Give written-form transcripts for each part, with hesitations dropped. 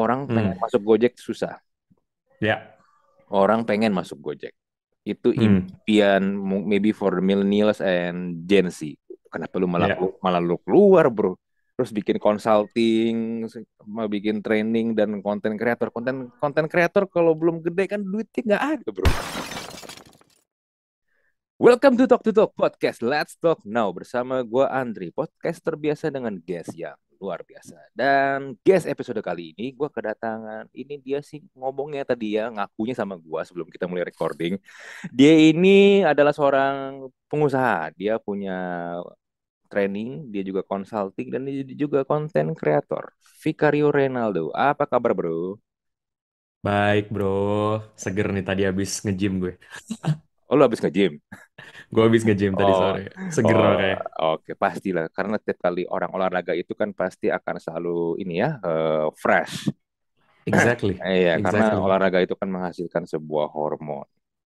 Orang pengen Hmm. masuk Gojek susah. Ya. Orang pengen masuk Gojek. Itu Hmm. impian maybe for the millennials and Gen Z. Kenapa lu malah Ya. malah lu keluar, bro? Terus bikin consulting, mau bikin training dan konten kreator. Konten kreator kalau belum gede kan duitnya nggak ada, bro. Welcome to Talk Podcast. Let's talk now bersama gue Andri, podcast terbiasa dengan guest yang luar biasa. Dan guest episode kali ini gue kedatangan, ini dia sih ngomongnya tadi ya, ngakunya sama gue sebelum kita mulai recording. Dia ini adalah seorang pengusaha, dia punya training, dia juga consulting dan dia juga konten kreator. Vicario Renaldo, apa kabar bro? Baik, bro. Seger nih tadi habis nge-gym gue. Oh, lu habis nge-gym? Gue habis nge-gym tadi Oh, sore. Seger oh, makanya. oke, pastilah. Karena tiap kali orang olahraga itu kan pasti akan selalu ini ya, fresh. Exactly. Iya, karena Exactly. olahraga itu kan menghasilkan sebuah hormon.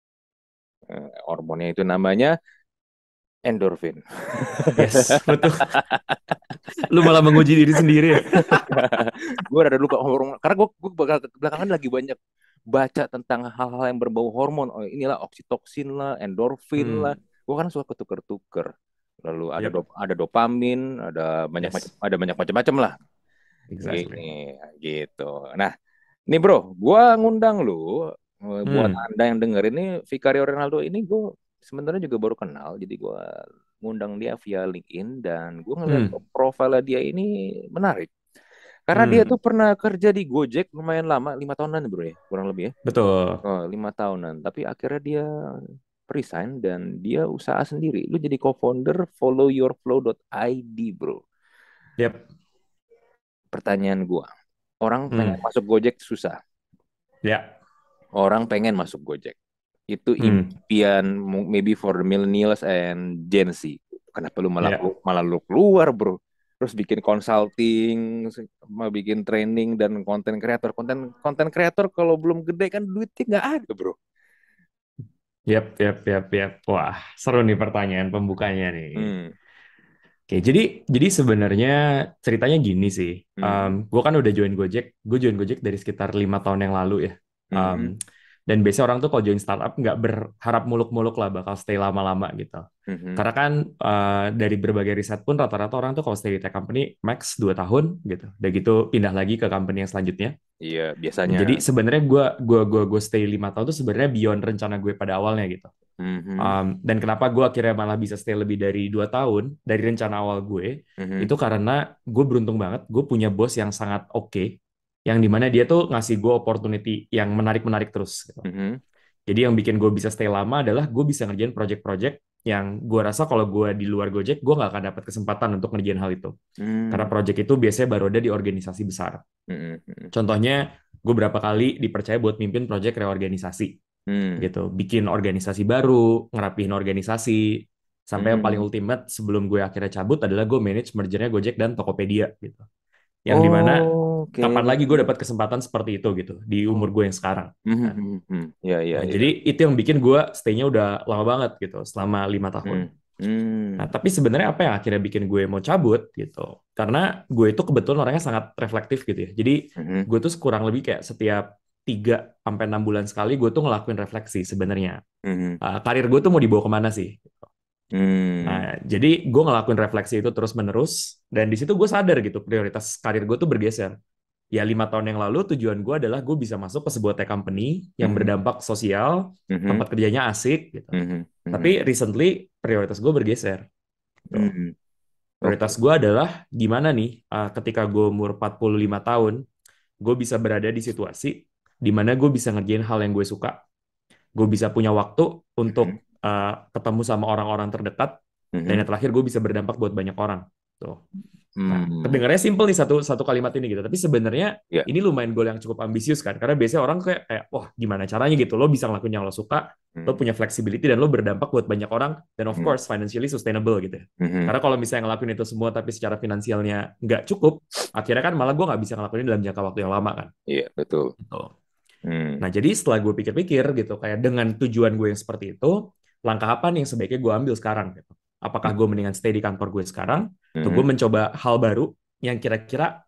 Hormonnya itu namanya endorfin. Yes, betul. Lu malah menguji diri sendiri ya? Gue rada lupa hormon, karena gue belakangan lagi banyak baca tentang hal-hal yang berbau hormon. Oh, inilah oksitoksin lah, endorfin lah. Hmm. Gue kan suka ketuker-tuker. Lalu Yep. ada dopamin, Yes. ada banyak macam-macam lah. Exactly. Gini, gitu. Nah, nih bro, gua ngundang lu buat Hmm. anda yang denger ini Vicario Ronaldo ini gue sebenarnya juga baru kenal, jadi gua ngundang dia via LinkedIn dan gua ngeliat Hmm. profilnya dia ini menarik. Karena dia Hmm. tuh pernah kerja di Gojek lumayan lama, 5 tahunan bro ya, kurang lebih ya. Betul. Oh, 5 tahunan. Tapi akhirnya dia resign dan dia usaha sendiri. Lu jadi co-founder followyourflow.id bro. Yep. Pertanyaan gua, orang pengen Hmm. masuk Gojek susah. Ya. Orang pengen masuk Gojek. Itu Hmm. impian maybe for the millennials and Gen Z. Kenapa lu Ya. malah lu keluar, bro? Terus bikin consulting, mau bikin training dan konten kreator. Konten kreator kalau belum gede kan duitnya nggak ada, bro. Yep. Yep. Yep. Yep. Wah, seru nih pertanyaan pembukanya nih. Hmm. Oke, jadi sebenarnya ceritanya gini sih. Hmm. Gue kan udah join Gojek dari sekitar 5 tahun yang lalu ya. Hmm. Dan biasanya orang tuh kalau join startup nggak berharap muluk-muluk lah bakal stay lama-lama gitu. Hmm. Karena kan dari berbagai riset pun rata-rata orang tuh kalau stay di tech company max 2 tahun gitu. Udah gitu pindah lagi ke company yang selanjutnya. Iya, biasanya. Jadi sebenarnya gue stay 5 tahun tuh sebenarnya beyond rencana gue pada awalnya gitu. Hmm. Dan kenapa gue akhirnya malah bisa stay lebih dari 2 tahun dari rencana awal gue, Hmm. itu karena gue beruntung banget, gue punya bos yang sangat oke, yang dimana dia tuh ngasih gue opportunity yang menarik-menarik terus. Gitu. Hmm. Jadi yang bikin gue bisa stay lama adalah gue bisa ngerjain project-project yang gue rasa kalau gue di luar Gojek, gue nggak akan dapat kesempatan untuk ngerjain hal itu. Karena Hmm. project itu biasanya baru ada di organisasi besar. Hmm. Hmm. Contohnya, gue berapa kali dipercaya buat mimpin project reorganisasi Hmm. gitu, bikin organisasi baru, ngerapihin organisasi, sampai yang paling Hmm. ultimate sebelum gue akhirnya cabut adalah gue manage mergernya Gojek dan Tokopedia gitu. Yang dimana Oke. kapan lagi gue dapat kesempatan seperti itu gitu di umur Oh. gue yang sekarang. Nah, Ya, ya, nah, ya. jadi itu yang bikin gue stay-nya udah lama banget gitu, selama 5 tahun. Hmm. Hmm. Nah, tapi sebenarnya apa yang akhirnya bikin gue mau cabut gitu? Karena gue itu kebetulan orangnya sangat reflektif gitu ya. Jadi Mhm. gue tuh kurang lebih kayak setiap 3 sampai 6 bulan sekali gue tuh ngelakuin refleksi sebenarnya. Mhm. Karir gue tuh mau dibawa kemana sih? Hmm. Nah, jadi gue ngelakuin refleksi itu terus-menerus, dan di situ gue sadar gitu, prioritas karir gue tuh bergeser. Ya, 5 tahun yang lalu tujuan gue adalah gue bisa masuk ke sebuah tech company yang Mhm. berdampak sosial, Mhm. tempat kerjanya asik, gitu. Mhm. Mhm. Tapi recently, prioritas gue bergeser. Tuh. Mhm. Oke. Prioritas gue adalah gimana nih, ketika gue umur 45 tahun, gue bisa berada di situasi di mana gue bisa ngerjain hal yang gue suka. Gue bisa punya waktu Mhm. untuk ketemu sama orang-orang terdekat, dan Mhm. yang terakhir gue bisa berdampak buat banyak orang tuh. Nah, Hmm. kedengarannya simple nih satu satu kalimat ini gitu, tapi sebenarnya Ya. ini lumayan goal yang cukup ambisius kan, karena biasanya orang kayak wah gimana caranya gitu, lo bisa ngelakuin yang lo suka, lo Hmm. punya flexibility dan lo berdampak buat banyak orang, dan of Mhm. course financially sustainable gitu ya. Mhm. Karena kalau misalnya ngelakuin itu semua tapi secara finansialnya nggak cukup, akhirnya kan malah gue nggak bisa ngelakuin ini dalam jangka waktu yang lama kan. Iya, betul. Gitu. Hmm. Nah, jadi setelah gue pikir-pikir gitu, kayak dengan tujuan gue yang seperti itu, langkah apa nih yang sebaiknya gue ambil sekarang gitu. Apakah gue mendingan stay di kantor gue sekarang, atau gue Mhm. mencoba hal baru yang kira-kira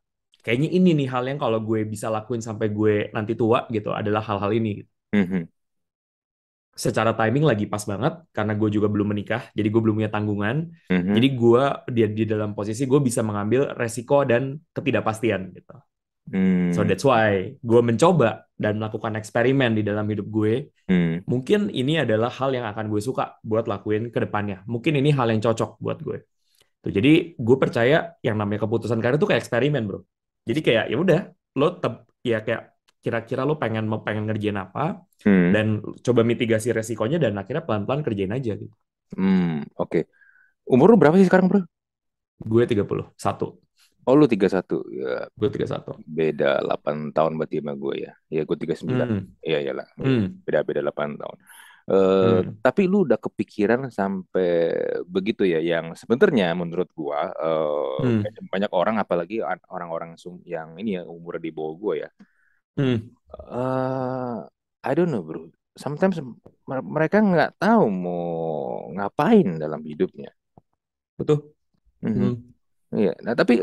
kayaknya ini nih hal yang kalau gue bisa lakuin sampai gue nanti tua gitu adalah hal-hal ini gitu. Mhm. Secara timing lagi pas banget karena gue juga belum menikah, jadi gue belum punya tanggungan. Mhm. Jadi gue dia di dalam posisi gue bisa mengambil resiko dan ketidakpastian gitu. So Hmm. that's why gue mencoba dan melakukan eksperimen di dalam hidup gue. Hmm. Mungkin ini adalah hal yang akan gue suka buat lakuin ke depannya. Mungkin ini hal yang cocok buat gue. Tuh, jadi gue percaya yang namanya keputusan karir itu kayak eksperimen, bro. Jadi kayak ya udah, lo ya kayak kira-kira lo pengen ngerjain apa Hmm. dan coba mitigasi resikonya dan akhirnya pelan-pelan kerjain aja gitu. Oke. Umur lu berapa sih sekarang, bro? Gue 31. Oh, lu 31. Ya, Gue 31. beda 8 tahun berarti sama gue ya. Ya, gue 39. Hmm. Iya, iyalah. Iya. Hmm. Beda-beda 8 tahun. Hmm. Tapi lu udah kepikiran sampai begitu ya, yang sebenarnya menurut gua Hmm. banyak orang, apalagi orang-orang yang ini ya umur di bawah gua ya. Hmm. eh I don't know, bro. Sometimes mereka nggak tahu mau ngapain dalam hidupnya. Betul. Mhm. Hmm. Iya. Nah, tapi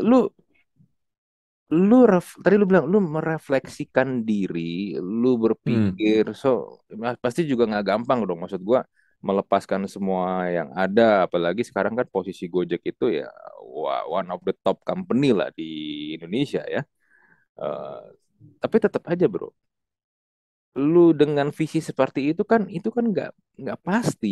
tadi lu bilang lu merefleksikan diri, lu Hmm. berpikir, pasti juga nggak gampang dong. Maksud gua melepaskan semua yang ada, apalagi sekarang kan posisi Gojek itu ya, wah, one of the top company lah di Indonesia ya. Eh, tapi tetap aja, bro, lu dengan visi seperti itu kan nggak pasti,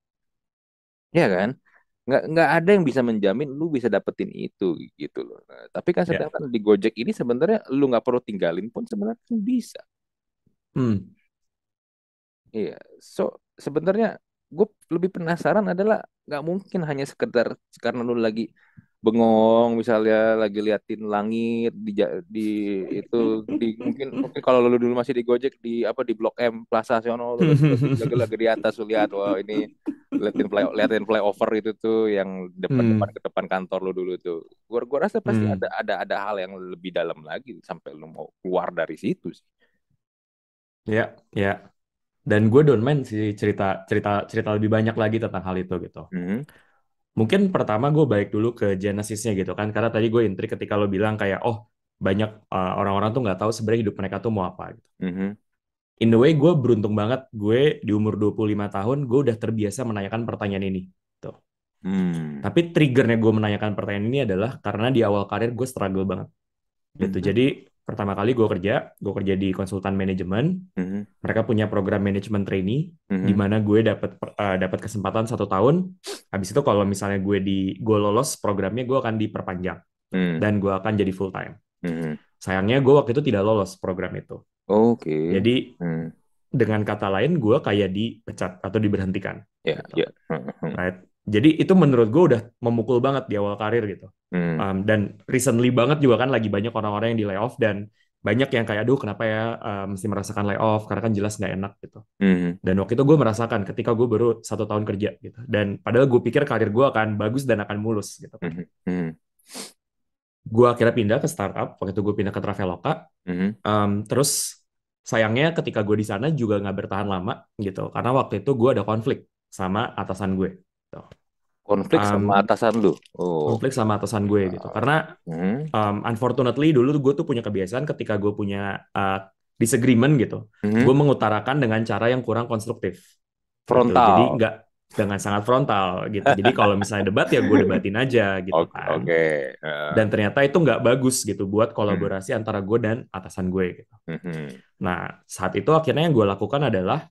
ya kan? Nggak ada yang bisa menjamin lu bisa dapetin itu gitu loh. Nah, tapi kan Ya. sedangkan di Gojek ini sebenarnya lu nggak perlu tinggalin pun sebenarnya kan bisa. Hmm. Iya, so sebenarnya gue lebih penasaran adalah nggak mungkin hanya sekedar karena lu lagi bengong, misalnya lagi liatin langit di itu mungkin mungkin kalau lu dulu masih di Gojek di apa di Blok M Plaza Siono, lu lagi di atas lu lihat, wah ini liatin flyover itu tuh yang depan Hmm. ke depan kantor lu dulu tuh. Gua rasa pasti ada Hmm. ada ada hal yang lebih dalam lagi sampai lu mau keluar dari situ sih. Ya, ya. Dan gue don't mind sih cerita cerita cerita lebih banyak lagi tentang hal itu gitu. Mhm. Mungkin pertama gue balik dulu ke genesisnya gitu kan, karena tadi gue intrik ketika lo bilang kayak, oh banyak orang-orang tuh nggak tahu sebenarnya hidup mereka tuh mau apa gitu. Mhm. In the way gue beruntung banget, gue di umur 25 tahun gue udah terbiasa menanyakan pertanyaan ini. Tuh. Hmm. Tapi triggernya gue menanyakan pertanyaan ini adalah karena di awal karir gue struggle banget gitu. Mhm. Jadi pertama kali gue kerja di konsultan manajemen. Mhm. Mereka punya program manajemen trainee di Mhm. mana gue dapat kesempatan 1 tahun. Habis itu kalau misalnya gue lolos programnya, gue akan diperpanjang Mhm. dan gue akan jadi full time. Mhm. Sayangnya gue waktu itu tidak lolos program itu. Oke. Jadi Hmm. dengan kata lain gue kayak dipecat atau diberhentikan Ya, gitu. ya. Hmm. Right? Jadi itu menurut gue udah memukul banget di awal karir gitu. Hmm. Dan recently banget juga kan lagi banyak orang-orang yang di layoff dan banyak yang kayak aduh kenapa ya mesti merasakan layoff karena kan jelas nggak enak gitu. Hmm. Dan waktu itu gue merasakan ketika gue baru 1 tahun kerja gitu. Dan padahal gue pikir karir gue akan bagus dan akan mulus gitu kan. Hmm. Hmm. Gue akhirnya pindah ke startup. Waktu itu gue pindah ke Traveloka. Hmm. Terus sayangnya ketika gue di sana juga nggak bertahan lama gitu. Karena waktu itu gue ada konflik sama atasan gue. Gitu. Konflik sama Um, atasan lu. Oh. Konflik sama atasan gue gitu. Karena Hmm. unfortunately dulu gue tuh punya kebiasaan ketika gue punya disagreement gitu, gue Hmm. mengutarakan dengan cara yang kurang konstruktif gitu. Jadi Frontal. nggak dengan sangat frontal gitu. Jadi kalau misalnya debat ya gue debatin aja gitu Oke. kan. Oke. Dan ternyata itu nggak bagus gitu buat Hmm. kolaborasi antara gue dan atasan gue gitu. Hmm. Nah saat itu akhirnya yang gue lakukan adalah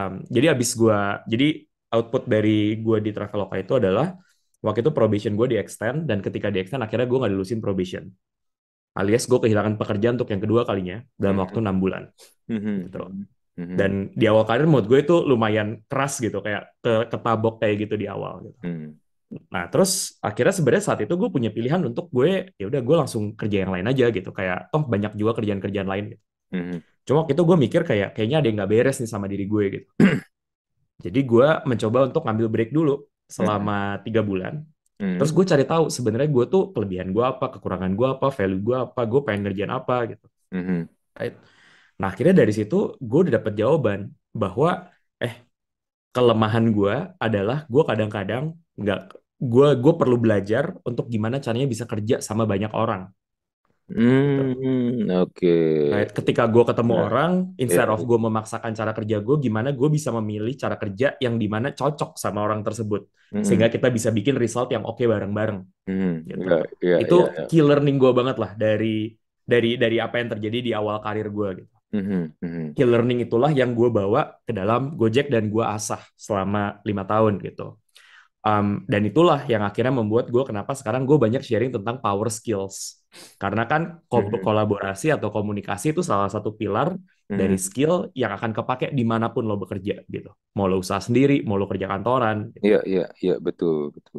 jadi output dari gue di Traveloka itu adalah waktu itu probation gue di extend dan ketika di extend akhirnya gue nggak lulusin probation alias gue kehilangan pekerjaan untuk yang kedua kalinya dalam waktu Hmm. 6 bulan Hmm. gitu. Hmm. Dan di awal karir menurut gue itu lumayan keras gitu kayak ketabok kayak gitu di awal gitu. Hmm. Nah terus akhirnya sebenarnya saat itu gue punya pilihan untuk gue ya udah gue langsung kerja yang lain aja gitu kayak toh banyak juga kerjaan-kerjaan lain gitu. Hmm. Cuma waktu itu gue mikir kayaknya ada yang nggak beres nih sama diri gue gitu. Jadi gue mencoba untuk ngambil break dulu Hmm. selama 3 bulan. Terus Hmm. gue cari tahu sebenarnya gue tuh kelebihan gue apa, kekurangan gue apa, value gue apa, gue pengen ngerjain apa gitu. Hmm. Right? Nah akhirnya dari situ gue udah dapet jawaban bahwa eh kelemahan gue adalah gue kadang-kadang nggak gue perlu belajar untuk gimana caranya bisa kerja sama banyak orang. gitu. Oke. Right. Ketika gue ketemu Nah, orang, ya, instead of gue memaksakan cara kerja gue, gimana gue bisa memilih cara kerja yang dimana cocok sama orang tersebut, mm, sehingga kita bisa bikin result yang oke bareng-bareng gitu. ya, ya, Itu ya, ya. key learning gue banget lah dari apa yang terjadi di awal karir gue gitu. Mhm, mhm, Key learning itulah yang gue bawa ke dalam Gojek dan gue asah selama 5 tahun gitu. Dan itulah yang akhirnya membuat gue kenapa sekarang gue banyak sharing tentang power skills. Karena kan mhm, kolaborasi atau komunikasi itu salah satu pilar dari mhm. skill yang akan kepake dimanapun lo bekerja gitu. Mau lo usaha sendiri, mau lo kerja kantoran. Gitu. Iya, iya, iya, betul, betul.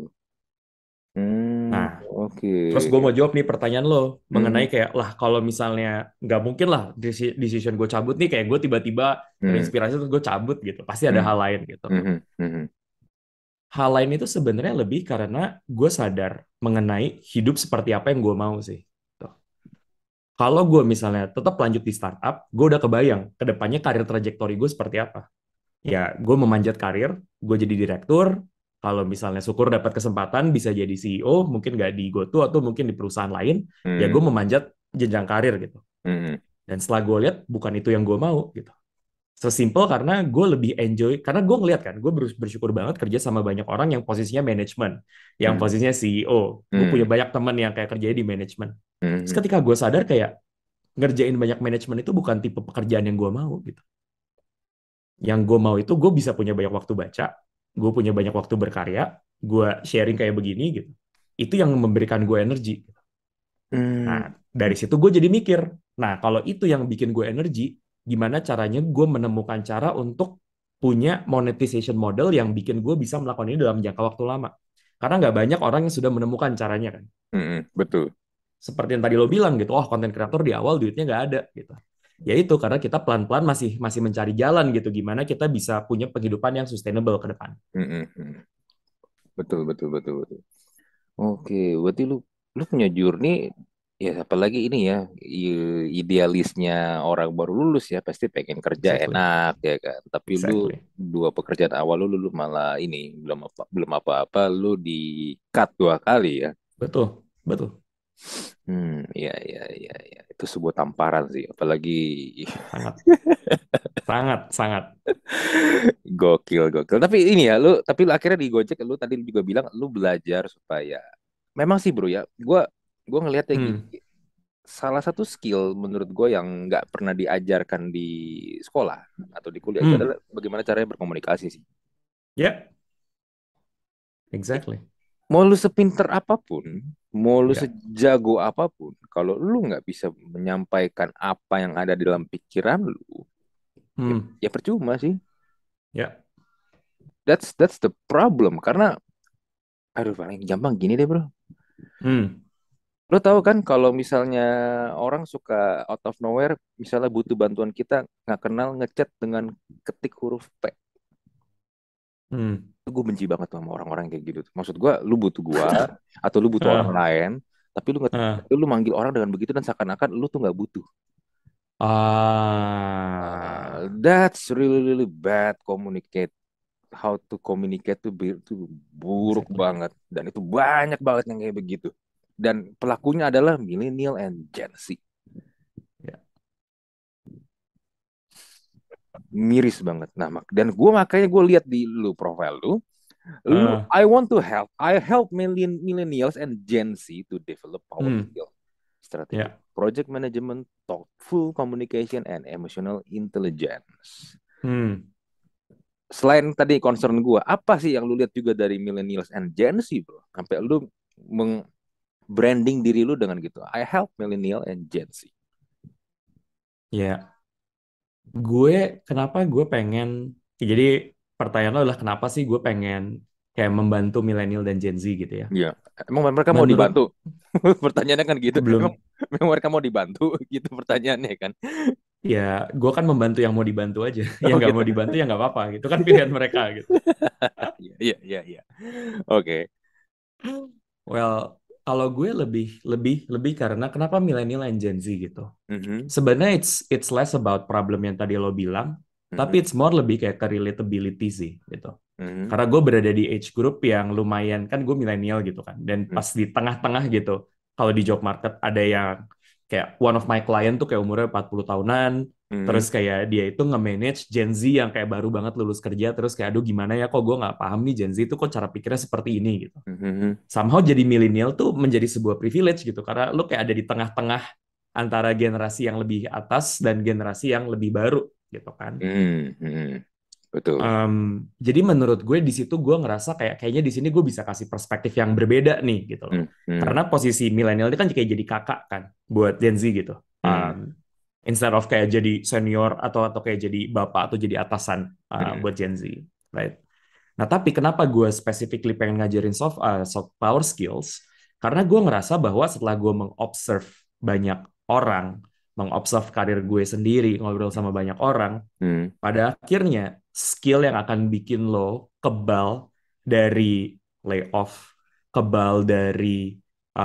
Nah, Oke. terus gue mau jawab nih pertanyaan lo mengenai Mhm, kayak lah kalau misalnya nggak mungkin lah decision gue cabut nih kayak gue tiba-tiba mhm, terinspirasi terus gue cabut gitu. Pasti ada mhm, hal lain gitu. mhm, mhm, Hal lain itu sebenarnya lebih karena gue sadar mengenai hidup seperti apa yang gue mau sih. Tuh. Kalau gue misalnya tetap lanjut di startup, gue udah kebayang ke depannya karir trajektori gue seperti apa. Ya, gue memanjat karir, gue jadi direktur, kalau misalnya syukur dapat kesempatan bisa jadi CEO, mungkin nggak di GoTo atau mungkin di perusahaan lain, ya gue mhm, memanjat jenjang karir gitu. mhm, Dan setelah gue lihat, bukan itu yang gue mau gitu. Sesimpel karena gue lebih enjoy, karena gue ngeliat kan, gue bersyukur banget kerja sama banyak orang yang posisinya manajemen, yang mhm, posisinya CEO. Gue punya mhm, banyak teman yang kayak kerjanya di manajemen. Terus mhm, ketika gue sadar kayak ngerjain banyak manajemen itu bukan tipe pekerjaan yang gue mau gitu. Yang gue mau itu gue bisa punya banyak waktu baca, gue punya banyak waktu berkarya, gue sharing kayak begini gitu. Itu yang memberikan gue energi. Nah, mhm, dari situ gue jadi mikir, nah kalau itu yang bikin gue energi, gimana caranya gue menemukan cara untuk punya monetization model yang bikin gue bisa melakukan ini dalam jangka waktu lama. Karena nggak banyak orang yang sudah menemukan caranya kan. mhm, betul. Seperti yang tadi lo bilang gitu, oh konten kreator di awal duitnya nggak ada gitu. Ya itu karena kita pelan-pelan masih masih mencari jalan gitu, gimana kita bisa punya penghidupan yang sustainable ke depan. Mhm, mhm. Betul, betul, betul, betul. Oke, berarti lu punya journey ya apalagi ini ya idealisnya orang baru lulus ya pasti pengen kerja Exactly, enak ya kan. Tapi lu exactly. dua pekerjaan awal lu malah ini belum apa-apa lu di cut 2 kali ya. Betul, betul. Iya, iya, iya, iya. Itu sebuah tamparan sih. Apalagi Sangat, sangat, sangat. gokil, gokil. Tapi ini ya, lu akhirnya di Gojek, lu tadi juga bilang lu belajar supaya. Memang sih bro ya, gua ngelihatnya gini. Hmm, Salah satu skill menurut gue yang nggak pernah diajarkan di sekolah atau di kuliah itu adalah hmm. bagaimana caranya berkomunikasi sih. Ya, exactly. Mau lu sepinter apapun, mau lu Ya, sejago apapun, kalau lu nggak bisa menyampaikan apa yang ada di dalam pikiran lu, ya, hmm. ya percuma sih. Ya, That's the problem. Karena, aduh paling gampang gini deh bro. hmm. Lo tahu kan kalau misalnya orang suka out of nowhere, misalnya butuh bantuan kita, nggak kenal ngechat dengan ketik huruf P. Hmm. Gue benci banget tuh sama orang-orang kayak gitu. Maksud gue, lu butuh gua atau lu butuh orang Ah, lain, tapi ah. lu manggil orang dengan begitu dan seakan-akan lu tuh nggak butuh. Ah, That's really really bad communicate. How to communicate tuh buruk exactly. banget dan itu banyak banget yang kayak begitu. Dan pelakunya adalah millennial and Gen Z. Ya. Miris banget. Nah, dan gue makanya gue lihat di lu profile lu Ah, I want to help. I help millennials and Gen Z to develop power hmm. skill, strategic Ya. project management, thoughtful communication, and emotional intelligence. Hmm. Selain tadi concern gue, apa sih yang lu lihat juga dari millennials and Gen Z, bro? Sampai lu branding diri lu dengan gitu. I help millennial and Gen Z. Ya. Kenapa gue pengen, jadi pertanyaan lo adalah kenapa sih gue pengen kayak membantu milenial dan Gen Z gitu ya. Iya. Emang mereka mau dibantu? Menurut, Pertanyaannya kan gitu. Emang, belum, emang mereka mau dibantu gitu pertanyaannya kan. ya gue kan membantu yang mau dibantu aja. Yang Oh nggak gitu. mau dibantu ya nggak apa-apa gitu kan pilihan mereka gitu. Iya, iya, iya, iya. Oke. Well, kalau gue lebih lebih lebih karena kenapa milenial and Gen Z gitu. Mhm, Sebenarnya it's less about problem yang tadi lo bilang, mhm, tapi it's more lebih kayak ke relatability sih gitu. mhm, Karena gue berada di age group yang lumayan kan gue milenial gitu kan, dan mhm, pas di tengah-tengah gitu, kalau di job market ada yang kayak one of my client tuh kayak umurnya 40 tahunan, Mhm. terus kayak dia itu nge-manage Gen Z yang kayak baru banget lulus kerja, terus kayak aduh gimana ya kok gue nggak paham nih Gen Z itu kok cara pikirnya seperti ini gitu. Mhm. Somehow jadi milenial tuh menjadi sebuah privilege gitu karena lu kayak ada di tengah-tengah antara generasi yang lebih atas dan generasi yang lebih baru gitu kan. Mhm. Mhm. Betul. Jadi menurut gue di situ gue ngerasa kayak kayaknya di sini gue bisa kasih perspektif yang berbeda nih gitu loh. Mhm. Karena posisi milenial ini kan kayak jadi kakak kan buat Gen Z gitu. Mhm. Instead of kayak jadi senior atau kayak jadi bapak atau jadi atasan Mhm. buat Gen Z, right? Nah, tapi kenapa gue specifically pengen ngajarin soft power skills? Karena gue ngerasa bahwa setelah gue mengobserve banyak orang, mengobserve karir gue sendiri, ngobrol sama banyak orang, Mhm. pada akhirnya skill yang akan bikin lo kebal dari layoff, kebal dari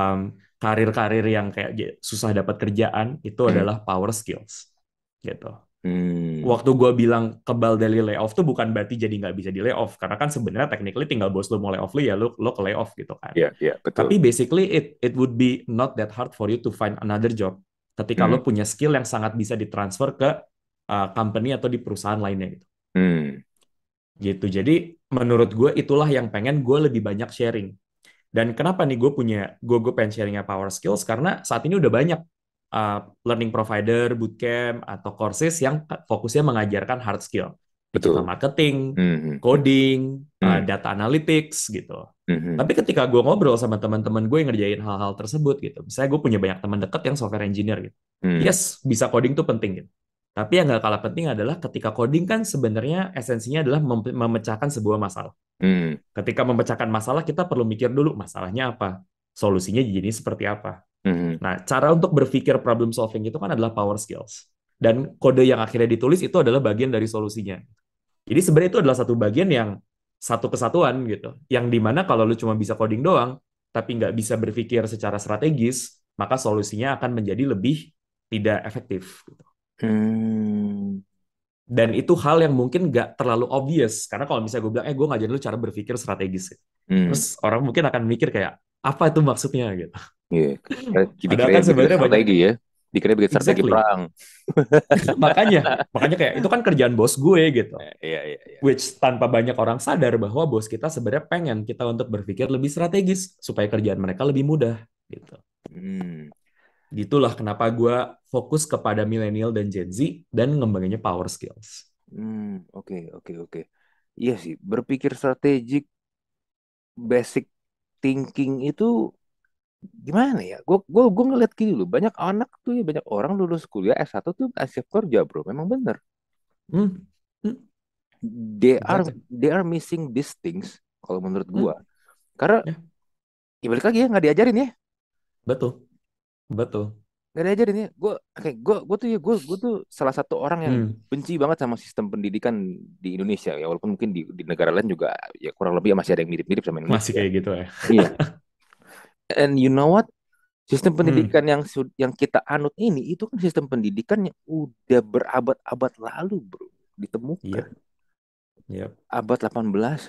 karir-karir yang kayak susah dapat kerjaan, itu Mhm. adalah power skills. Gitu. Mhm. Waktu gue bilang kebal dari layoff tuh bukan berarti jadi nggak bisa di layoff karena kan sebenarnya technically tinggal bos lo mau layoff lo ya lo ke layoff gitu kan. Iya, iya, betul. Tapi basically it would be not that hard for you to find another job ketika Mhm. lo punya skill yang sangat bisa ditransfer ke company atau di perusahaan lainnya gitu. Mhm. Gitu. Jadi menurut gue itulah yang pengen gue lebih banyak sharing. Dan kenapa nih gue pengen sharingnya power skills karena saat ini udah banyak learning provider, bootcamp atau courses yang fokusnya mengajarkan hard skill, digital Betul. marketing, Mhm. coding, Mhm. data analytics gitu. Mhm. Tapi ketika gue ngobrol sama teman-teman gue yang ngerjain hal-hal tersebut gitu, misalnya gue punya banyak teman dekat yang software engineer gitu. Mhm. Yes, bisa coding tuh penting gitu. Tapi yang nggak kalah penting adalah ketika coding kan sebenarnya esensinya adalah memecahkan sebuah masalah. Mhm. Ketika memecahkan masalah, kita perlu mikir dulu masalahnya apa, solusinya jadi seperti apa. Mhm. Nah, cara untuk berpikir problem solving itu kan adalah power skills. Dan kode yang akhirnya ditulis itu adalah bagian dari solusinya. Jadi sebenarnya itu adalah satu bagian yang satu kesatuan gitu. Yang dimana kalau lu cuma bisa coding doang, tapi nggak bisa berpikir secara strategis, maka solusinya akan menjadi lebih tidak efektif. Gitu. Hmm. Dan itu hal yang mungkin nggak terlalu obvious. Karena kalau misalnya gue bilang, gue ngajarin lu cara berpikir strategis. Hmm. Terus orang mungkin akan mikir kayak, apa itu maksudnya gitu. Iya. Jadi Padahal kira kan bikin sebenarnya banyak, strategi ya. Dikira bikin strategi exactly. perang. Makanya kayak itu kan kerjaan bos gue gitu. Iya, iya, iya. Which tanpa banyak orang sadar bahwa bos kita sebenarnya pengen kita untuk berpikir lebih strategis supaya kerjaan mereka lebih mudah gitu. Hmm. Gitulah kenapa gue fokus kepada milenial dan Gen Z dan ngembanginnya power skills. Hmm. Oke, oke, oke. Iya sih, berpikir strategik, basic thinking itu gimana ya? Gue ngeliat gini loh, banyak anak tuh ya, banyak orang lulus kuliah S1 tuh nggak siap kerja, bro. Memang bener. Hmm, hmm, exactly. They are missing these things kalau menurut gua. Hmm, Karena ya, ya balik lagi ya nggak diajarin ya. betul, betul. Nggak diajarin ya. Gue tuh ya gue tuh salah satu orang yang Hmm, benci banget sama sistem pendidikan di Indonesia ya, walaupun mungkin di negara lain juga ya kurang lebih ya masih ada yang mirip-mirip sama masih Indonesia ya. kayak gitu ya. Iya. And you know what? Sistem Hmm, pendidikan yang kita anut ini itu kan sistem pendidikan yang udah berabad-abad lalu, bro, ditemukan. yep, yep. Abad 18,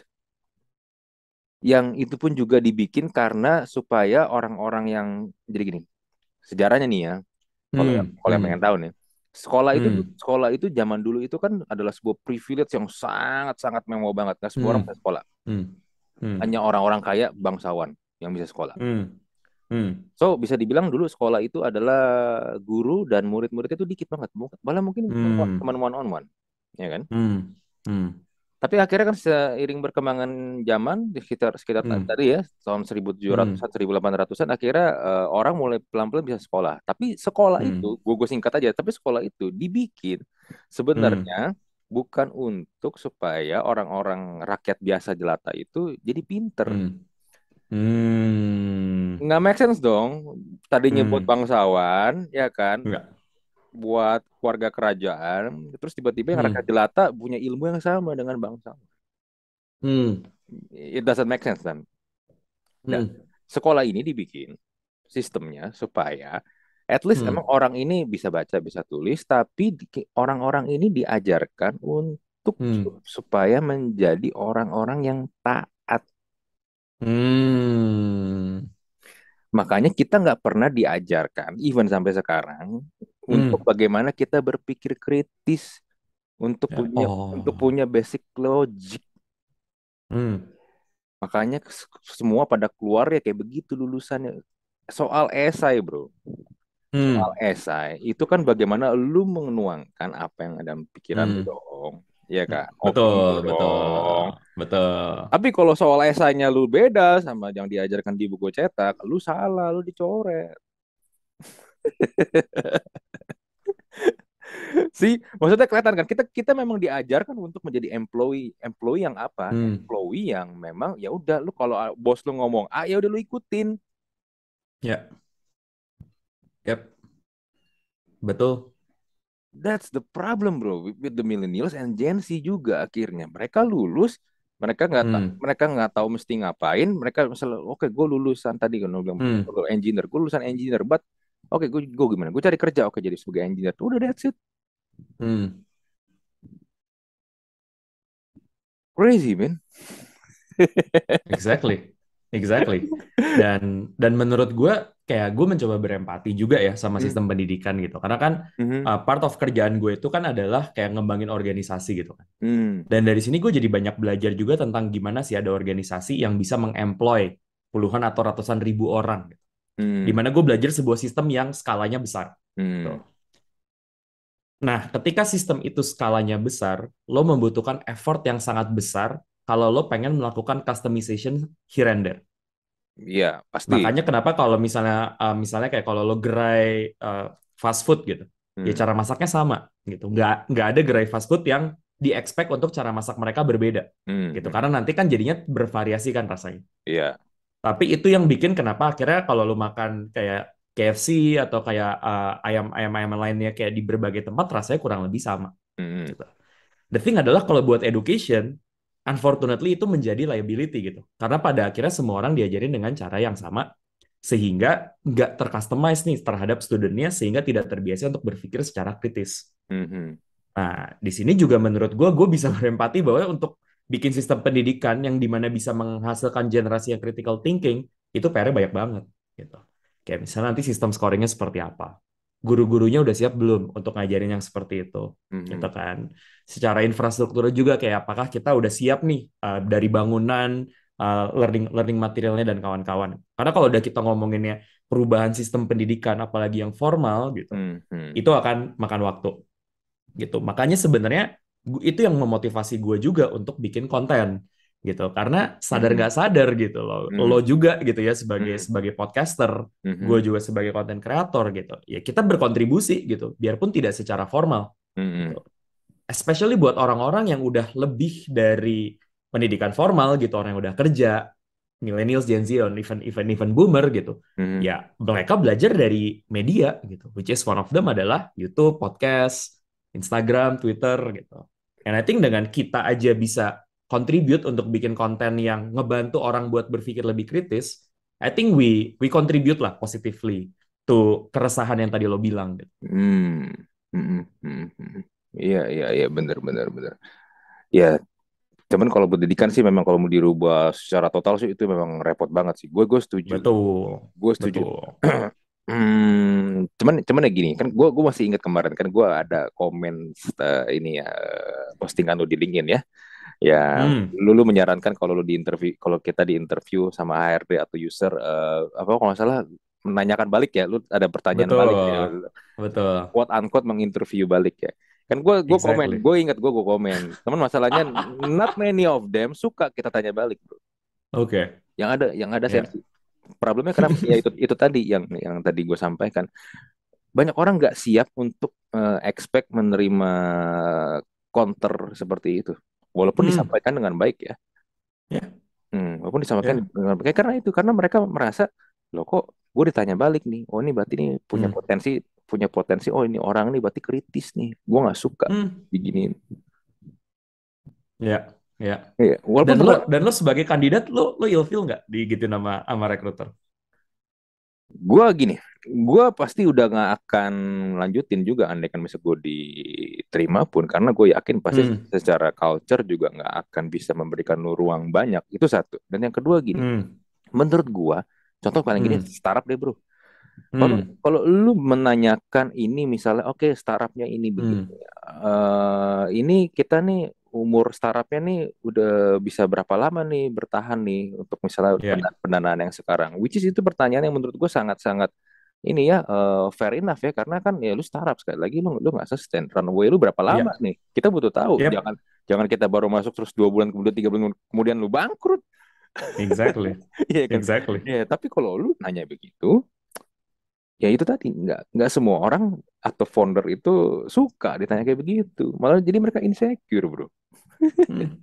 yang itu pun juga dibikin karena supaya orang-orang yang jadi gini, sejarahnya nih ya, Hmm, kalau yang pengen hmm, tahu nih, hmm, sekolah itu zaman dulu itu kan adalah sebuah privilege yang sangat sangat mewah banget. Nggak semua orang hmm, bisa sekolah, hmm, hmm, hanya orang-orang kaya, bangsawan yang bisa sekolah. hmm, hmm, So bisa dibilang dulu sekolah itu adalah guru dan murid-muridnya itu dikit banget, malah mungkin hmm, teman one on one, ya kan? hmm, hmm, Tapi akhirnya kan seiring perkembangan zaman di sekitar sekitar hmm, tadi ya tahun 1700-an, hmm, 1800-an akhirnya orang mulai pelan-pelan bisa sekolah. Tapi sekolah itu, hmm, gue singkat aja, tapi sekolah itu dibikin hmm, sebenarnya bukan untuk supaya orang-orang rakyat biasa jelata itu jadi pinter. hmm, hmm, Nggak make sense dong. Tadinya buat hmm, bangsawan, ya kan? enggak, Buat keluarga kerajaan, terus tiba-tiba yang rakyat hmm, jelata punya ilmu yang sama dengan bangsa. hmm, It doesn't make sense kan? Nah, hmm, sekolah ini dibikin sistemnya supaya at least emang hmm, orang ini bisa baca, bisa tulis, tapi orang-orang ini diajarkan untuk hmm, supaya menjadi orang-orang yang taat. hmm, Makanya kita nggak pernah diajarkan, even sampai sekarang, untuk Hmm. bagaimana kita berpikir kritis, Ya. untuk Oh. punya basic logic. Hmm. Makanya semua pada keluar ya kayak begitu lulusannya. Soal esai, bro. Soal Hmm. esai itu kan bagaimana lu menuangkan apa yang ada di pikiran lu Hmm. dong. Iya kak, opini lu Betul, dong. betul, betul. Tapi kalau soal esainya lu beda sama yang diajarkan di buku cetak, lu salah, lu dicoret. Sih, maksudnya kelihatan kan kita kita memang diajarkan untuk menjadi employee, employee yang apa? Hmm. Employee yang memang ya udah lu kalau bos lu ngomong A ya udah lu ikutin. Ya, yep, betul. That's the problem bro with the millennials and Gen Z juga akhirnya mereka lulus Hmm. mereka nggak tahu mesti ngapain mereka misalnya oke gue lulusan tadi kan lu bilang Hmm. engineer gue lulusan engineer but oke gue gimana gue cari kerja oke jadi sebagai engineer udah that's it Hmm. crazy man. Exactly, exactly. Dan menurut gue kayak gue mencoba berempati juga ya sama Hmm, sistem pendidikan gitu. Karena kan mhm, part of kerjaan gue itu kan adalah kayak ngembangin organisasi gitu kan. hmm, Dan dari sini gue jadi banyak belajar juga tentang gimana sih ada organisasi yang bisa mengemploy puluhan atau ratusan ribu orang. Gitu. Di hmm, mana gue belajar sebuah sistem yang skalanya besar. Gitu. hmm. Nah, ketika sistem itu skalanya besar, lo membutuhkan effort yang sangat besar kalau lo pengen melakukan customization here and there. Iya pasti. Makanya kenapa kalau misalnya kayak kalau lo gerai fast food gitu, ya Hmm, cara masaknya sama gitu. Nggak ada gerai fast food yang di-expect untuk cara masak mereka berbeda hmm, gitu. hmm. Karena nanti kan jadinya bervariasi kan rasanya. Iya. Tapi itu yang bikin kenapa akhirnya kalau lo makan kayak KFC atau kayak ayam-ayam lainnya kayak di berbagai tempat rasanya kurang lebih sama Hmm, gitu. The thing adalah kalau buat education, unfortunately itu menjadi liability gitu. Karena pada akhirnya semua orang diajarin dengan cara yang sama, sehingga nggak tercustomize nih terhadap studentnya, sehingga tidak terbiasa untuk berpikir secara kritis. hmm, hmm, Nah, di sini juga menurut gue bisa berempati bahwa untuk bikin sistem pendidikan yang dimana bisa menghasilkan generasi yang critical thinking, itu PR-nya banyak banget. Gitu. Kayak misalnya nanti sistem scoringnya seperti apa. Guru-gurunya udah siap belum untuk ngajarin yang seperti itu. hmm, Gitu hmm, kan. Secara infrastruktur juga kayak apakah kita udah siap nih dari bangunan, learning learning materialnya dan kawan-kawan. Karena kalau udah kita ngomonginnya perubahan sistem pendidikan, apalagi yang formal gitu, hmm, hmm, itu akan makan waktu gitu. Makanya sebenarnya itu yang memotivasi gue juga untuk bikin konten gitu. Karena sadar hmm, nggak sadar gitu loh, lo hmm, juga gitu ya sebagai hmm, sebagai podcaster, hmm, gue hmm, juga sebagai konten kreator gitu. Ya kita berkontribusi gitu, biarpun tidak secara formal hmm, gitu. hmm, Especially buat orang-orang yang udah lebih dari pendidikan formal gitu, orang yang udah kerja, millennials, Gen Z, dan even boomer gitu. hmm. Ya, mereka belajar dari media gitu, which is one of them adalah YouTube, podcast, Instagram, Twitter gitu. And I think dengan kita aja bisa contribute untuk bikin konten yang ngebantu orang buat berpikir lebih kritis, I think we contribute lah positively to keresahan yang tadi lo bilang gitu. Hmm, hmm, hmm, hmm. Iya, iya, iya, benar, benar, benar. Ya, cuman kalau pendidikan sih memang kalau mau dirubah secara total sih itu memang repot banget sih. Gue setuju. Betul, Gue setuju. betul. Cuman ya gini kan, gue masih ingat kemarin kan gue ada komen ini ya postingan lu di LinkedIn ya, yang Hmm, lu menyarankan kalau lu di interview, kalau kita di interview sama HRD atau user apa kalau nggak salah menanyakan balik ya, lu ada pertanyaan balik ya, betul, betul. quote unquote menginterview balik ya. Kan gue komen, Exactly. gue komen. Teman masalahnya not many of them suka kita tanya balik, bro. Oke, Yang ada ya. sensi. Problemnya kenapa? Ya itu tadi yang tadi gue sampaikan. Banyak orang nggak siap untuk expect menerima counter seperti itu. Walaupun Hmm, disampaikan dengan baik ya. ya, Walaupun disampaikan ya. dengan baik karena itu karena mereka merasa loh kok gue ditanya balik nih. Oh ini berarti ini Hmm, punya potensi. Oh ini orang nih berarti kritis nih. Gue nggak suka hmm, diginiin. ya, ya. Iya, walaupun Dan lo teman dan lo sebagai kandidat lo ilfeel nggak digituin sama recruiter? gue gini, gue pasti udah nggak akan lanjutin juga andaikan misal gue diterima pun karena gue yakin pasti Hmm, secara culture juga nggak akan bisa memberikan lu ruang banyak itu satu dan yang kedua gini hmm, menurut gue Contoh paling gini, Hmm. startup deh bro. Kalau Hmm. kalau lu menanyakan ini misalnya, oke startupnya ini begini, Hmm. ini kita nih umur startupnya nih udah bisa berapa lama nih bertahan nih untuk misalnya Ya. pendanaan yang sekarang, which is itu pertanyaan yang menurut gue sangat-sangat ini ya, fair enough ya, karena kan ya lu startup sekali lagi, lu nggak sustain runway lu berapa lama Ya. nih, kita butuh tahu, Yep. jangan jangan kita baru masuk terus 2 bulan kemudian 3 bulan kemudian lu bangkrut. Exactly. Iya kan. Exactly. Ya tapi kalau lu nanya begitu, ya itu tadi nggak semua orang atau founder itu suka ditanya kayak begitu, malah jadi mereka insecure bro. Hmm.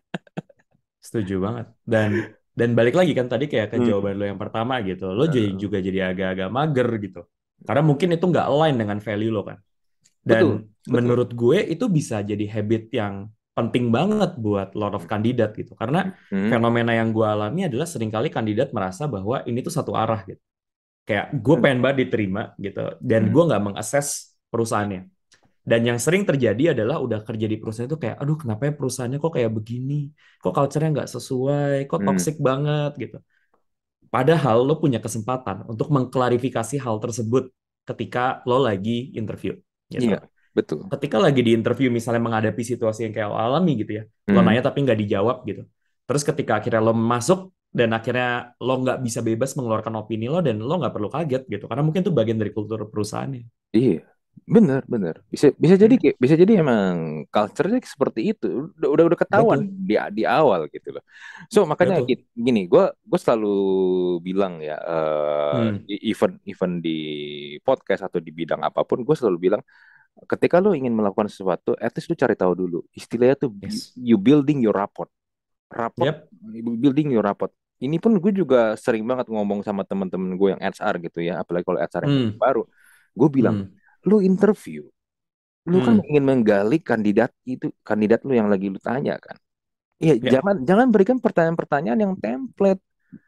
Setuju banget. Dan balik lagi kan tadi kayak ke Hmm. jawaban lo yang pertama gitu. Lo juga jadi agak-agak mager gitu. Karena mungkin itu nggak align dengan value lo kan. Dan Betul, betul. menurut gue itu bisa jadi habit yang penting banget buat lot of kandidat gitu. Karena Hmm. fenomena yang gue alami adalah seringkali kandidat merasa bahwa ini tuh satu arah gitu. Kayak gue Hmm. pengen banget diterima gitu. Dan Hmm. gue nggak mengakses perusahaannya. Dan yang sering terjadi adalah udah kerja di perusahaan itu kayak, aduh kenapa ya perusahaannya kok kayak begini, kok culture-nya nggak sesuai, kok Hmm. toxic banget gitu. Padahal lo punya kesempatan untuk mengklarifikasi hal tersebut ketika lo lagi interview Iya, gitu. betul. Ketika lagi di interview misalnya menghadapi situasi yang kayak lo alami gitu ya, lo Hmm. nanya tapi nggak dijawab gitu. Terus ketika akhirnya lo masuk dan akhirnya lo nggak bisa bebas mengeluarkan opini lo dan lo nggak perlu kaget gitu, karena mungkin itu bagian dari kultur perusahaannya. Iya, bener, bener. Bisa bisa jadi Hmm, bisa jadi emang culture-nya seperti itu. Udah ketahuan betul, di awal gitu loh. So makanya betul. gini, gue selalu bilang ya, Hmm, event event di podcast atau di bidang apapun, gue selalu bilang ketika lo ingin melakukan sesuatu, at least lo cari tahu dulu. Istilahnya tuh yes. you building your rapport, rapport, Yep. building your rapport. Ini pun gue juga sering banget ngomong sama temen-temen gue yang HR gitu ya, apalagi kalau HR yang Hmm, baru. Gue bilang, hmm, lu interview, lu kan hmm, ingin menggali kandidat itu, kandidat lu yang lagi lu tanya kan. Iya, ya. jangan jangan berikan pertanyaan-pertanyaan yang template.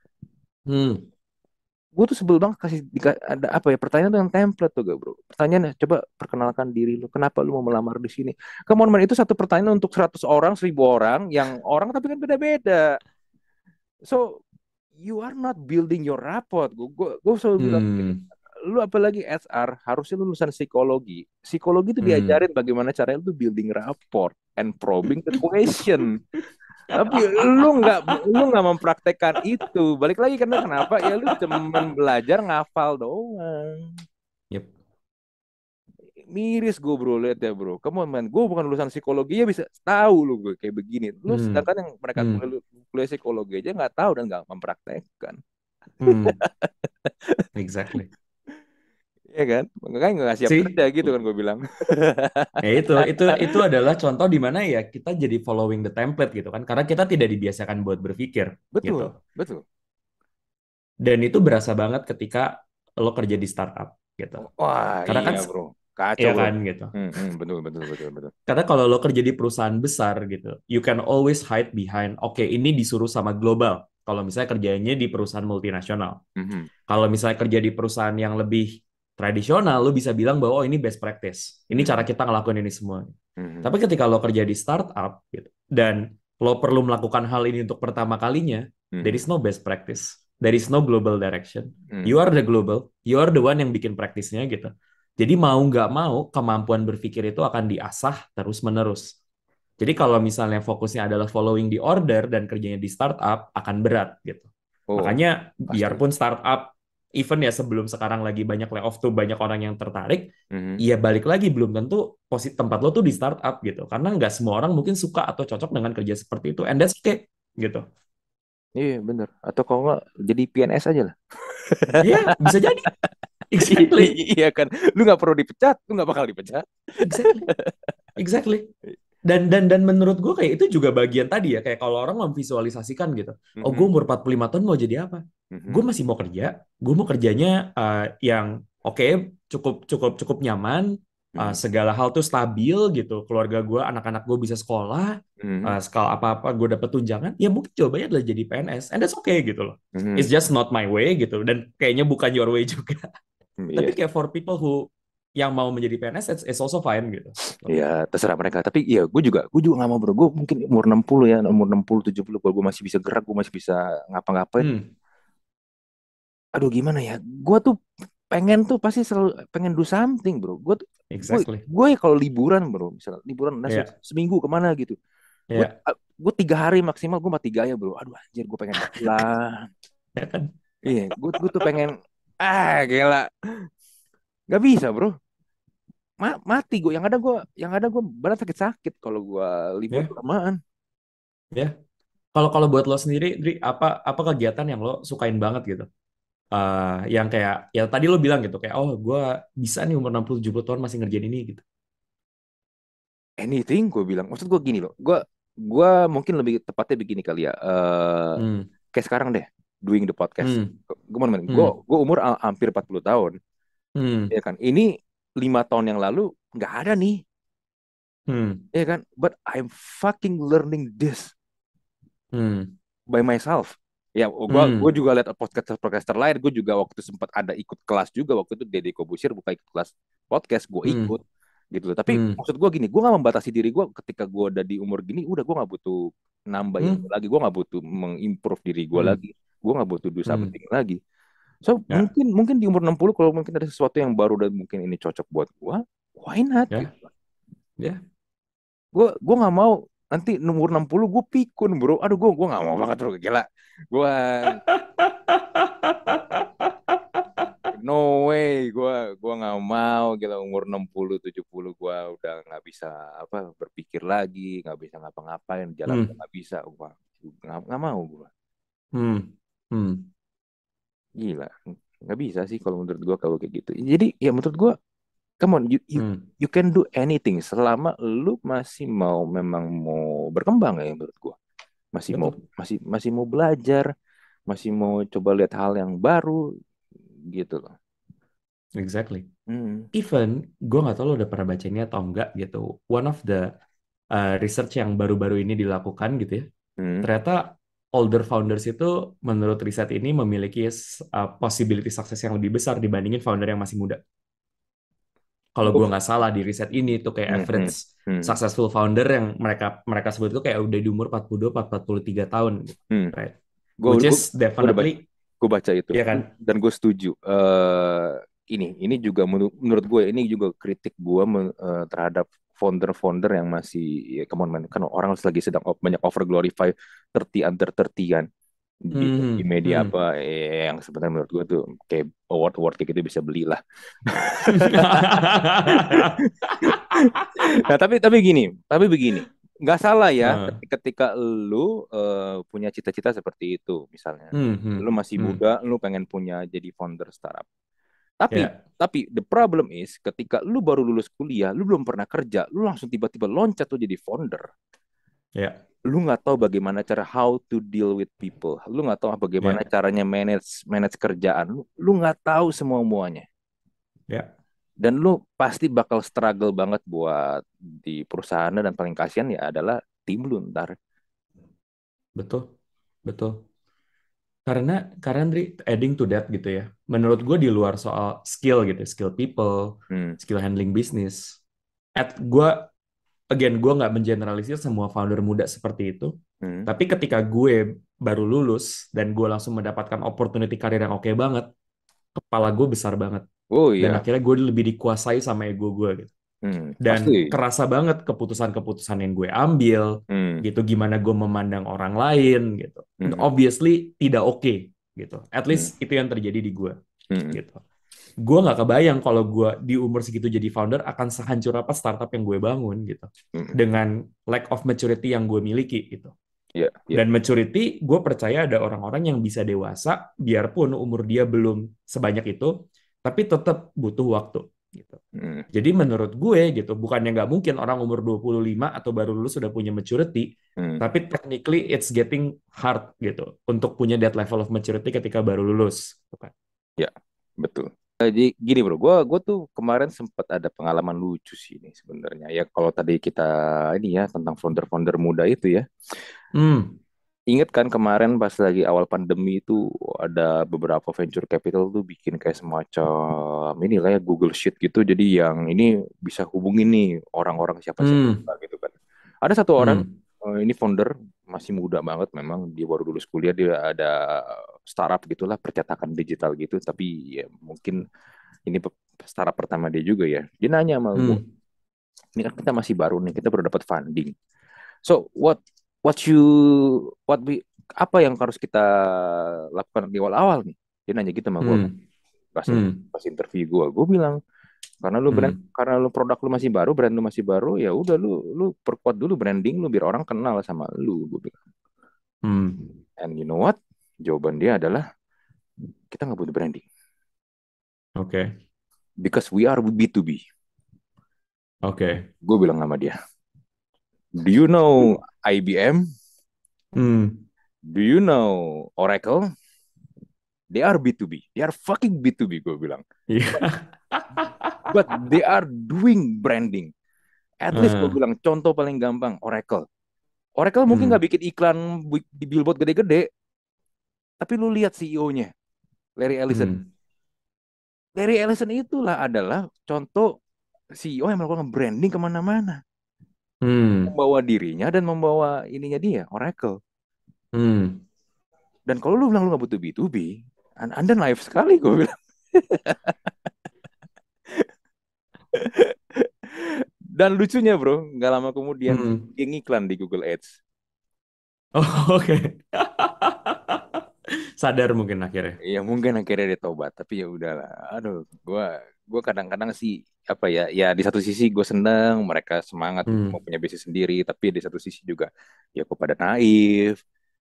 Hmm, Gue tuh sebel banget kasih ada apa ya, pertanyaan tuh yang template tuh gak bro. Pertanyaannya, coba perkenalkan diri lu. Kenapa lu mau melamar di sini? Come on man, itu satu pertanyaan untuk 100 orang, 1000 orang, yang orang tapi kan beda-beda. So you are not building your rapport. Gue selalu bilang gini, hmm, lu apalagi HR harusnya lu lulusan psikologi. Psikologi itu hmm. diajarin bagaimana caranya lu building rapport and probing the question. Tapi lu nggak mempraktekkan itu. Balik lagi karena kenapa? Ya lu cuman belajar ngafal doang. Yep. Miris gue bro, lihat ya bro. Kamu man, gue bukan lulusan psikologi ya bisa tahu lu gue kayak begini. Lu Hmm, sedangkan yang mereka hmm, kuliah psikologi aja nggak tahu dan nggak mempraktekkan. hmm. Exactly. Iya kan? Makanya nggak siap kerja See, gitu kan gue bilang. ya itu adalah contoh di mana ya kita jadi following the template gitu kan, karena kita tidak dibiasakan buat berpikir gitu. Betul, betul. Dan itu berasa banget ketika lo kerja di startup gitu. Wah, Karena iya kan, bro. Kacau ya bro. kan gitu. Betul, betul, betul, betul. Karena kalau lo kerja di perusahaan besar gitu, you can always hide behind, oke, ini disuruh sama global. Kalau misalnya kerjanya di perusahaan multinasional. Mhm, Kalau misalnya kerja di perusahaan yang lebih tradisional, lo bisa bilang bahwa oh ini best practice. Ini cara mhm, kita ngelakuin ini semua. mhm, Tapi ketika lo kerja di startup gitu, dan lo perlu melakukan hal ini untuk pertama kalinya, there mhm, is no best practice. There is no global direction. You mhm. are the global, you are the one yang bikin praktisnya gitu. Jadi mau nggak mau, kemampuan berpikir itu akan diasah terus-menerus. Jadi kalau misalnya fokusnya adalah following the order dan kerjanya di startup, akan berat gitu. Oh, Makanya pasti. biarpun startup, even ya sebelum sekarang lagi banyak layoff tuh banyak orang yang tertarik, Mhm. ya balik lagi belum tentu posisi tempat lo tuh di startup gitu. Karena nggak semua orang mungkin suka atau cocok dengan kerja seperti itu. And that's okay gitu. Iya bener. Atau kalau nggak jadi PNS aja lah. Iya, bisa jadi. Exactly. Iya kan. Lu nggak perlu dipecat, lu nggak bakal dipecat. Exactly. Exactly. Dan menurut gue kayak itu juga bagian tadi ya, kayak kalau orang memvisualisasikan gitu, oh gue Mhm, umur 45 tahun mau jadi apa, gue mhm, masih mau kerja, gue mau kerjanya yang oke, cukup cukup cukup nyaman, mhm, segala hal tuh stabil gitu, keluarga gue, anak-anak gue bisa sekolah, mhm, skala apa-apa gue dapet tunjangan, ya mungkin jawabannya adalah jadi PNS, and that's okay gitu loh. It's mhm. just not my way gitu, dan kayaknya bukan your way juga. Tapi Iya, kayak for people who yang mau menjadi PNS, it's also fine gitu. iya terserah mereka. Tapi iya, gue juga nggak mau bro. Gue mungkin umur 60 ya, umur 60 70 kalau gue masih bisa gerak, gue masih bisa ngapa-ngapain. Hmm. aduh gimana ya? Gue tuh pengen tuh pasti selalu pengen do something bro. Exactly. Gue ya kalau liburan bro, misalnya liburan nasi Iya, seminggu kemana gitu. Gue iya, gue 3 hari maksimal, gue mah 3 ya bro. Aduh anjir, gue pengen pulang. ya kan? Iya, gue tuh pengen gila, nggak bisa bro. Mati gue. Yang ada gue badan sakit-sakit kalau gue libur Ya, kelamaan. ya. Kalau kalau buat lo sendiri, Dri, apa kegiatan yang lo sukain banget gitu? Yang kayak ya tadi lo bilang gitu kayak oh gue bisa nih umur 60-70 tahun masih ngerjain ini gitu. Anything gue bilang. Maksud gue gini loh. Gue mungkin lebih tepatnya begini kali ya. Hmm, Kayak sekarang deh, doing the podcast. hmm, Gimana men? Gue hmm, gue umur hampir 40 tahun. hmm, Ya kan? Ini 5 tahun yang lalu nggak ada nih. hmm, Ya kan? But I'm fucking learning this hmm, by myself. Ya, gue hmm, juga lihat podcaster lain. Gue juga waktu sempat ada ikut kelas juga waktu itu Deddy Kobusir buka ikut kelas podcast, gue hmm, ikut gitu loh. Tapi hmm, maksud gue gini, gue nggak membatasi diri gue ketika gue udah di umur gini, udah gue nggak butuh nambah ilmu hmm, lagi, gue nggak butuh mengimprove diri gue hmm, lagi, gue nggak butuh do hmm. something lagi. So Ya, mungkin mungkin di umur 60 kalau mungkin ada sesuatu yang baru dan mungkin ini cocok buat gue, why not gitu. ya, ya. Gue nggak mau nanti umur 60 gue pikun bro. Aduh, gue nggak mau banget bro, gila. Gue no way, gue nggak mau gila umur 60 70 gue udah nggak bisa apa berpikir lagi, nggak bisa ngapa-ngapain, jalan udah Hmm, nggak bisa, gue nggak mau gue, hmm, hmm, gila, nggak bisa sih kalau menurut gue kalau kayak gitu. Jadi ya menurut gue, come on, hmm. you can do anything selama lu masih mau, memang mau berkembang ya menurut gue, masih mau Betul, masih masih mau belajar, masih mau coba lihat hal yang baru gitu loh. exactly. Hmm. Even gue nggak tahu lo udah pernah baca ini atau enggak gitu. One of the research yang baru-baru ini dilakukan gitu ya. Hmm. Ternyata older founders itu menurut riset ini memiliki possibility sukses yang lebih besar dibandingin founder yang masih muda. Kalau gue nggak salah di riset ini tuh kayak Hmm, average hmm, hmm, successful founder yang mereka mereka sebut itu kayak udah di umur 42 43 tahun gitu. hmm. Right? Gue Which gue is gue udah definitely baca, gue baca itu ya kan? dan gue setuju. Ini juga menurut gue ini juga kritik gue terhadap founder-founder yang masih, ya come on man, kan orang lagi sedang banyak over glorify 30 under 30 kan di Hmm, media hmm. apa, yang sebenarnya menurut gue tuh kayak award kayak gitu bisa beli lah. Nah, tapi begini, nggak salah ya Hmm, ketika lu punya cita-cita seperti itu, misalnya, hmm, hmm, lu masih hmm. muda, lu pengen punya jadi founder startup. Tapi Ya, tapi the problem is ketika lu baru lulus kuliah, lu belum pernah kerja, lu langsung tiba-tiba loncat tuh jadi founder. ya, Lu nggak tahu bagaimana cara how to deal with people. Lu nggak tahu bagaimana ya, caranya manage manage kerjaan. Lu nggak tahu semua muanya. ya, Dan lu pasti bakal struggle banget buat di perusahaan, dan paling kasihan ya adalah tim lu ntar. betul, betul. Karena Andri, adding to that gitu ya. Menurut gue di luar soal skill gitu, skill people, Hmm. skill handling bisnis. Gue gue nggak mengeneralisir semua founder muda seperti itu. Hmm. Tapi ketika gue baru lulus dan gue langsung mendapatkan opportunity karir yang oke banget, kepala gue besar banget. Oh Dan iya. akhirnya gue lebih dikuasai sama ego gue gitu. Hmm. Dan Pasti. kerasa banget keputusan-keputusan yang gue ambil Hmm. gitu, gimana gue memandang orang lain gitu. Hmm. Obviously tidak oke gitu, at Hmm. least itu yang terjadi di gue Hmm. gitu. Gue nggak kebayang kalau gue di umur segitu jadi founder akan sehancur apa startup yang gue bangun gitu, Hmm. dengan lack of maturity yang gue miliki gitu. Iya, iya. Dan maturity, gue percaya ada orang-orang yang bisa dewasa, biarpun umur dia belum sebanyak itu, tapi tetap butuh waktu gitu. Hmm. Jadi menurut gue gitu, bukannya nggak mungkin orang umur 25 atau baru lulus sudah punya maturity, Hmm. tapi technically it's getting hard gitu untuk punya that level of maturity ketika baru lulus, gitu kan. Ya, betul. Jadi gini bro, gue tuh kemarin sempat ada pengalaman lucu sih ini sebenarnya. Ya kalau tadi kita ini ya tentang founder-founder muda itu ya. Hmm, Ingat kan kemarin pas lagi awal pandemi itu ada beberapa venture capital tuh bikin kayak semacam inilah ya Google Sheet gitu. Jadi yang ini bisa hubungin nih orang-orang siapa-siapa hmm, gitu kan. Ada satu orang, hmm, ini founder masih muda banget memang, dia baru lulus kuliah, dia ada startup gitulah, percetakan digital gitu. Tapi ya mungkin ini startup pertama dia juga ya. Dia nanya sama gue, Hmm. ini kan kita masih baru nih, kita baru dapat funding. So what you what we apa yang harus kita lakukan di awal-awal nih? Dia nanya gitu sama gue kan. Hmm. Hmm. Pas interview gue bilang Hmm. karena lu produk lu masih baru, brand lu masih baru, ya udah lu perkuat dulu branding lu biar orang kenal sama lu. Gue bilang. Hmm. And you know what? Jawaban dia adalah kita nggak butuh branding Oke. because we are B2B. Oke. Gue bilang sama dia, do you know IBM? Hmm. Do you know Oracle? They are B2B. They are fucking B2B, gue bilang. Iya. But they are doing branding. At least gue Ah. bilang, contoh paling gampang, Oracle. Oracle mungkin nggak Hmm. bikin iklan di billboard gede-gede, tapi lu lihat CEO-nya, Larry Ellison. Hmm. Larry Ellison adalah contoh CEO yang melakukan branding kemana-mana. Hmm. Membawa dirinya dan membawa ininya dia, Oracle. Hmm. Dan kalau lu bilang lu nggak butuh B2B, Anda naif sekali, gue bilang. Dan lucunya bro, nggak lama kemudian Hmm. dia ngiklan di Google Ads. Oh, oke. Sadar mungkin akhirnya. Ya mungkin akhirnya dia tobat, tapi ya udahlah. Aduh, gua gua kadang-kadang sih apa ya, ya di satu sisi gue seneng mereka semangat untuk Hmm. mempunyai bisnis sendiri, tapi di satu sisi juga ya kok pada naif,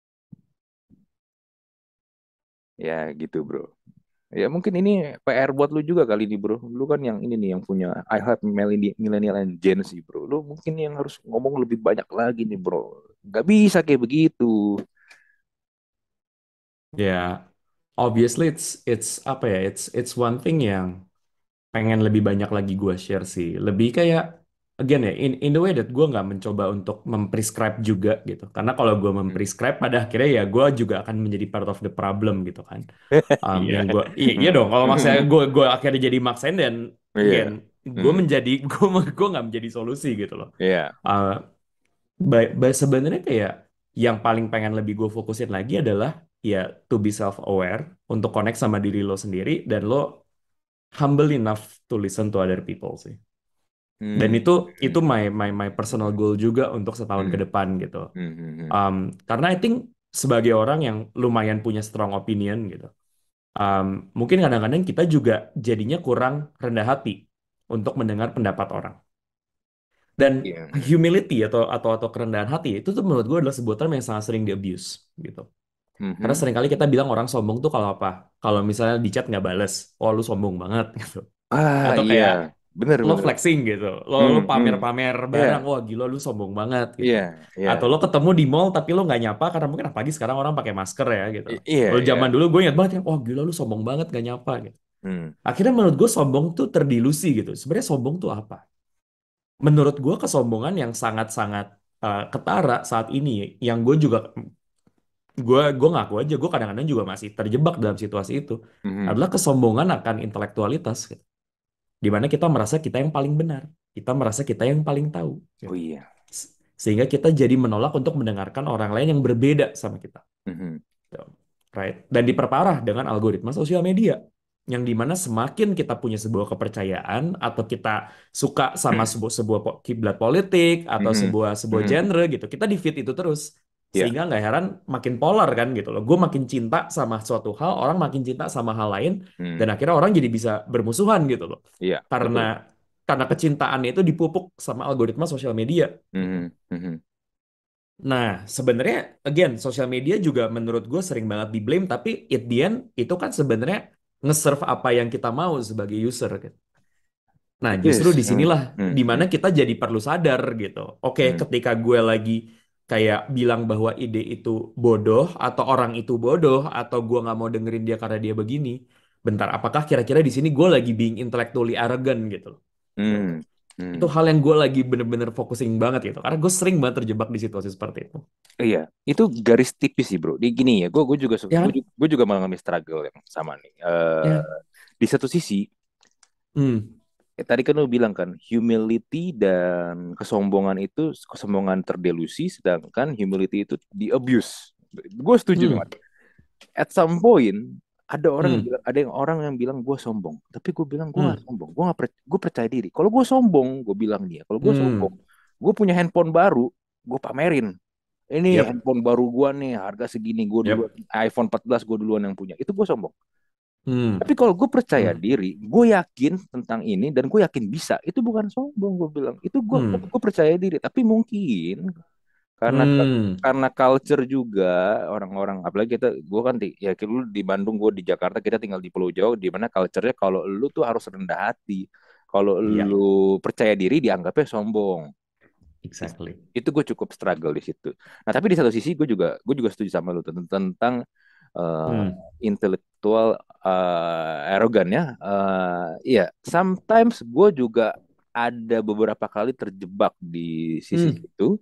ya gitu bro. Ya mungkin ini PR buat lu juga kali ini bro. Lu kan yang ini nih yang punya I have millennial and Gen Z bro. Lu mungkin yang harus ngomong lebih banyak lagi nih bro. Gak bisa kayak begitu. Ya, obviously it's apa ya? It's one thing yang pengen lebih banyak lagi gue share sih. Lebih kayak again ya, in the way that gue nggak mencoba untuk memprescribe juga gitu. Karena kalau gue Hmm. memprescribe pada akhirnya ya gue juga akan menjadi part of the problem gitu kan. Iya. Yang gue iya dong kalau maksudnya gue akhirnya jadi maksain dan again Iya. gue Hmm. menjadi gue nggak menjadi solusi gitu loh. Iya. Uh, Sebenarnya kayak yang paling pengen lebih gue fokusin lagi adalah ya to be self aware untuk connect sama diri lo sendiri dan lo humble enough to listen to other people sih. Dan Hmm. itu my personal goal juga untuk setahun ke Hmm. depan gitu. Hmm. Hmm. Karena I think sebagai orang yang lumayan punya strong opinion gitu, um, mungkin kadang-kadang kita juga jadinya kurang rendah hati untuk mendengar pendapat orang. Dan Iya. humility atau kerendahan hati itu tuh menurut gue adalah sebuah term yang sangat sering di abuse gitu. Karena Mhm. seringkali kita bilang orang sombong tuh kalau apa? Kalau misalnya di chat nggak bales, oh lu sombong banget gitu. Ah Atau iya, kayak bener lo bener. flexing gitu, lo Hmm. Hmm. pamer-pamer barang, Iya. wah gila lu sombong banget gitu. Iya. Iya. Atau lo ketemu di mall tapi lo nggak nyapa karena mungkin apalagi sekarang orang pakai masker ya gitu. Iya. Kalau Iya. zaman dulu gue ingat banget ya, wah gila lu sombong banget gak nyapa gitu. Hmm. Akhirnya menurut gue sombong tuh terdilusi gitu. Sebenarnya sombong tuh apa? Menurut gue kesombongan yang sangat-sangat ketara saat ini, yang gue ngaku aja, gue kadang-kadang juga masih terjebak dalam situasi itu, Mhm. adalah kesombongan akan intelektualitas gitu. Di mana kita merasa kita yang paling benar, kita merasa kita yang paling tahu, Oh gitu. iya. Sehingga kita jadi menolak untuk mendengarkan orang lain yang berbeda sama kita. Mhm. Gitu. Right? Dan diperparah dengan algoritma sosial media. Yang dimana semakin kita punya sebuah kepercayaan atau kita suka sama sebuah kiblat politik atau Mhm. sebuah Mhm. genre gitu, kita di feed itu terus. Iya. Sehingga nggak heran makin polar kan gitu loh. Gue makin cinta sama suatu hal, orang makin cinta sama hal lain, dan Hmm. akhirnya orang jadi bisa bermusuhan gitu loh. Iya, betul. Karena kecintaannya itu dipupuk sama algoritma sosial media gitu. Mhm. Mhm. Nah, sebenarnya again sosial media juga menurut gue sering banget di blame, tapi at the end itu kan sebenarnya nge-serve apa yang kita mau sebagai user gitu. Nah, justru Yes. Hmm. disinilah Hmm. dimana Hmm. kita jadi perlu sadar gitu. Oke, Hmm. ketika gue lagi kayak bilang bahwa ide itu bodoh atau orang itu bodoh atau gue nggak mau dengerin dia karena dia begini, bentar, apakah kira-kira di sini gue lagi being intellectually arrogant gitu loh. Hmm. Itu Hmm. hal yang gue lagi bener-bener focusing banget gitu. Karena gue sering banget terjebak di situasi seperti itu. Iya, itu garis tipis sih bro. Di gini ya, gue juga Ya kan? gue juga mengalami struggle yang sama nih. Ya. Di satu sisi, Hmm. tadi kan lu bilang kan, humility dan kesombongan terdelusi, sedangkan humility itu di abuse. Gue setuju Hmm. banget. At some point Hmm. ada yang orang yang bilang gue sombong, tapi gue bilang gue nggak Hmm. sombong, gue percaya diri. Kalau gue sombong, gue bilang dia, kalau gue sombong, Hmm. gue punya handphone baru, gue pamerin. Ini Yep. handphone baru gue nih, harga segini, gue duluan, Yep. iPhone 14 gue duluan yang punya. Itu gue sombong. Hmm. Tapi kalau gue percaya Hmm. diri, gue yakin tentang ini dan gue yakin bisa, itu bukan sombong. Gue bilang itu Hmm. gue percaya diri. Tapi mungkin karena Hmm. culture juga orang-orang, apalagi gue kan ya lu di Bandung, gue di Jakarta, kita tinggal di Pulau Jawa, di mana culture-nya kalau lu tuh harus rendah hati, kalau Ya, lu percaya diri dianggapnya sombong. exactly. Itu gue cukup struggle di situ. Nah tapi di satu sisi gue juga setuju sama lu tentang uh, Hmm. intelektual arogan ya. Iya, sometimes gue juga ada beberapa kali terjebak di sisi Hmm. itu.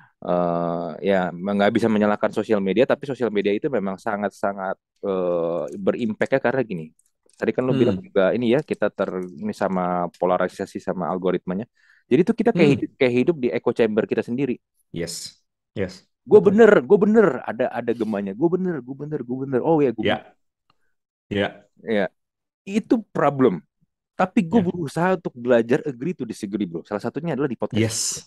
Ya nggak bisa menyalahkan sosial media, tapi sosial media itu memang sangat-sangat berimpactnya karena gini. Tadi kan lu bilang Hmm. juga ini ya, kita ini sama polarisasi sama algoritmanya. Jadi tuh kita Hmm. kayak hidup di echo chamber kita sendiri. Yes. Yes. Gue Betul. bener, gue bener, ada gemanya. Gue bener, gue bener, gue bener. Oh ya, gue bener. Ya. Ya. Ya, itu problem. Tapi gue Ya. berusaha untuk belajar agree to disagree, bro. Salah satunya adalah di podcast ini, bro. Yes.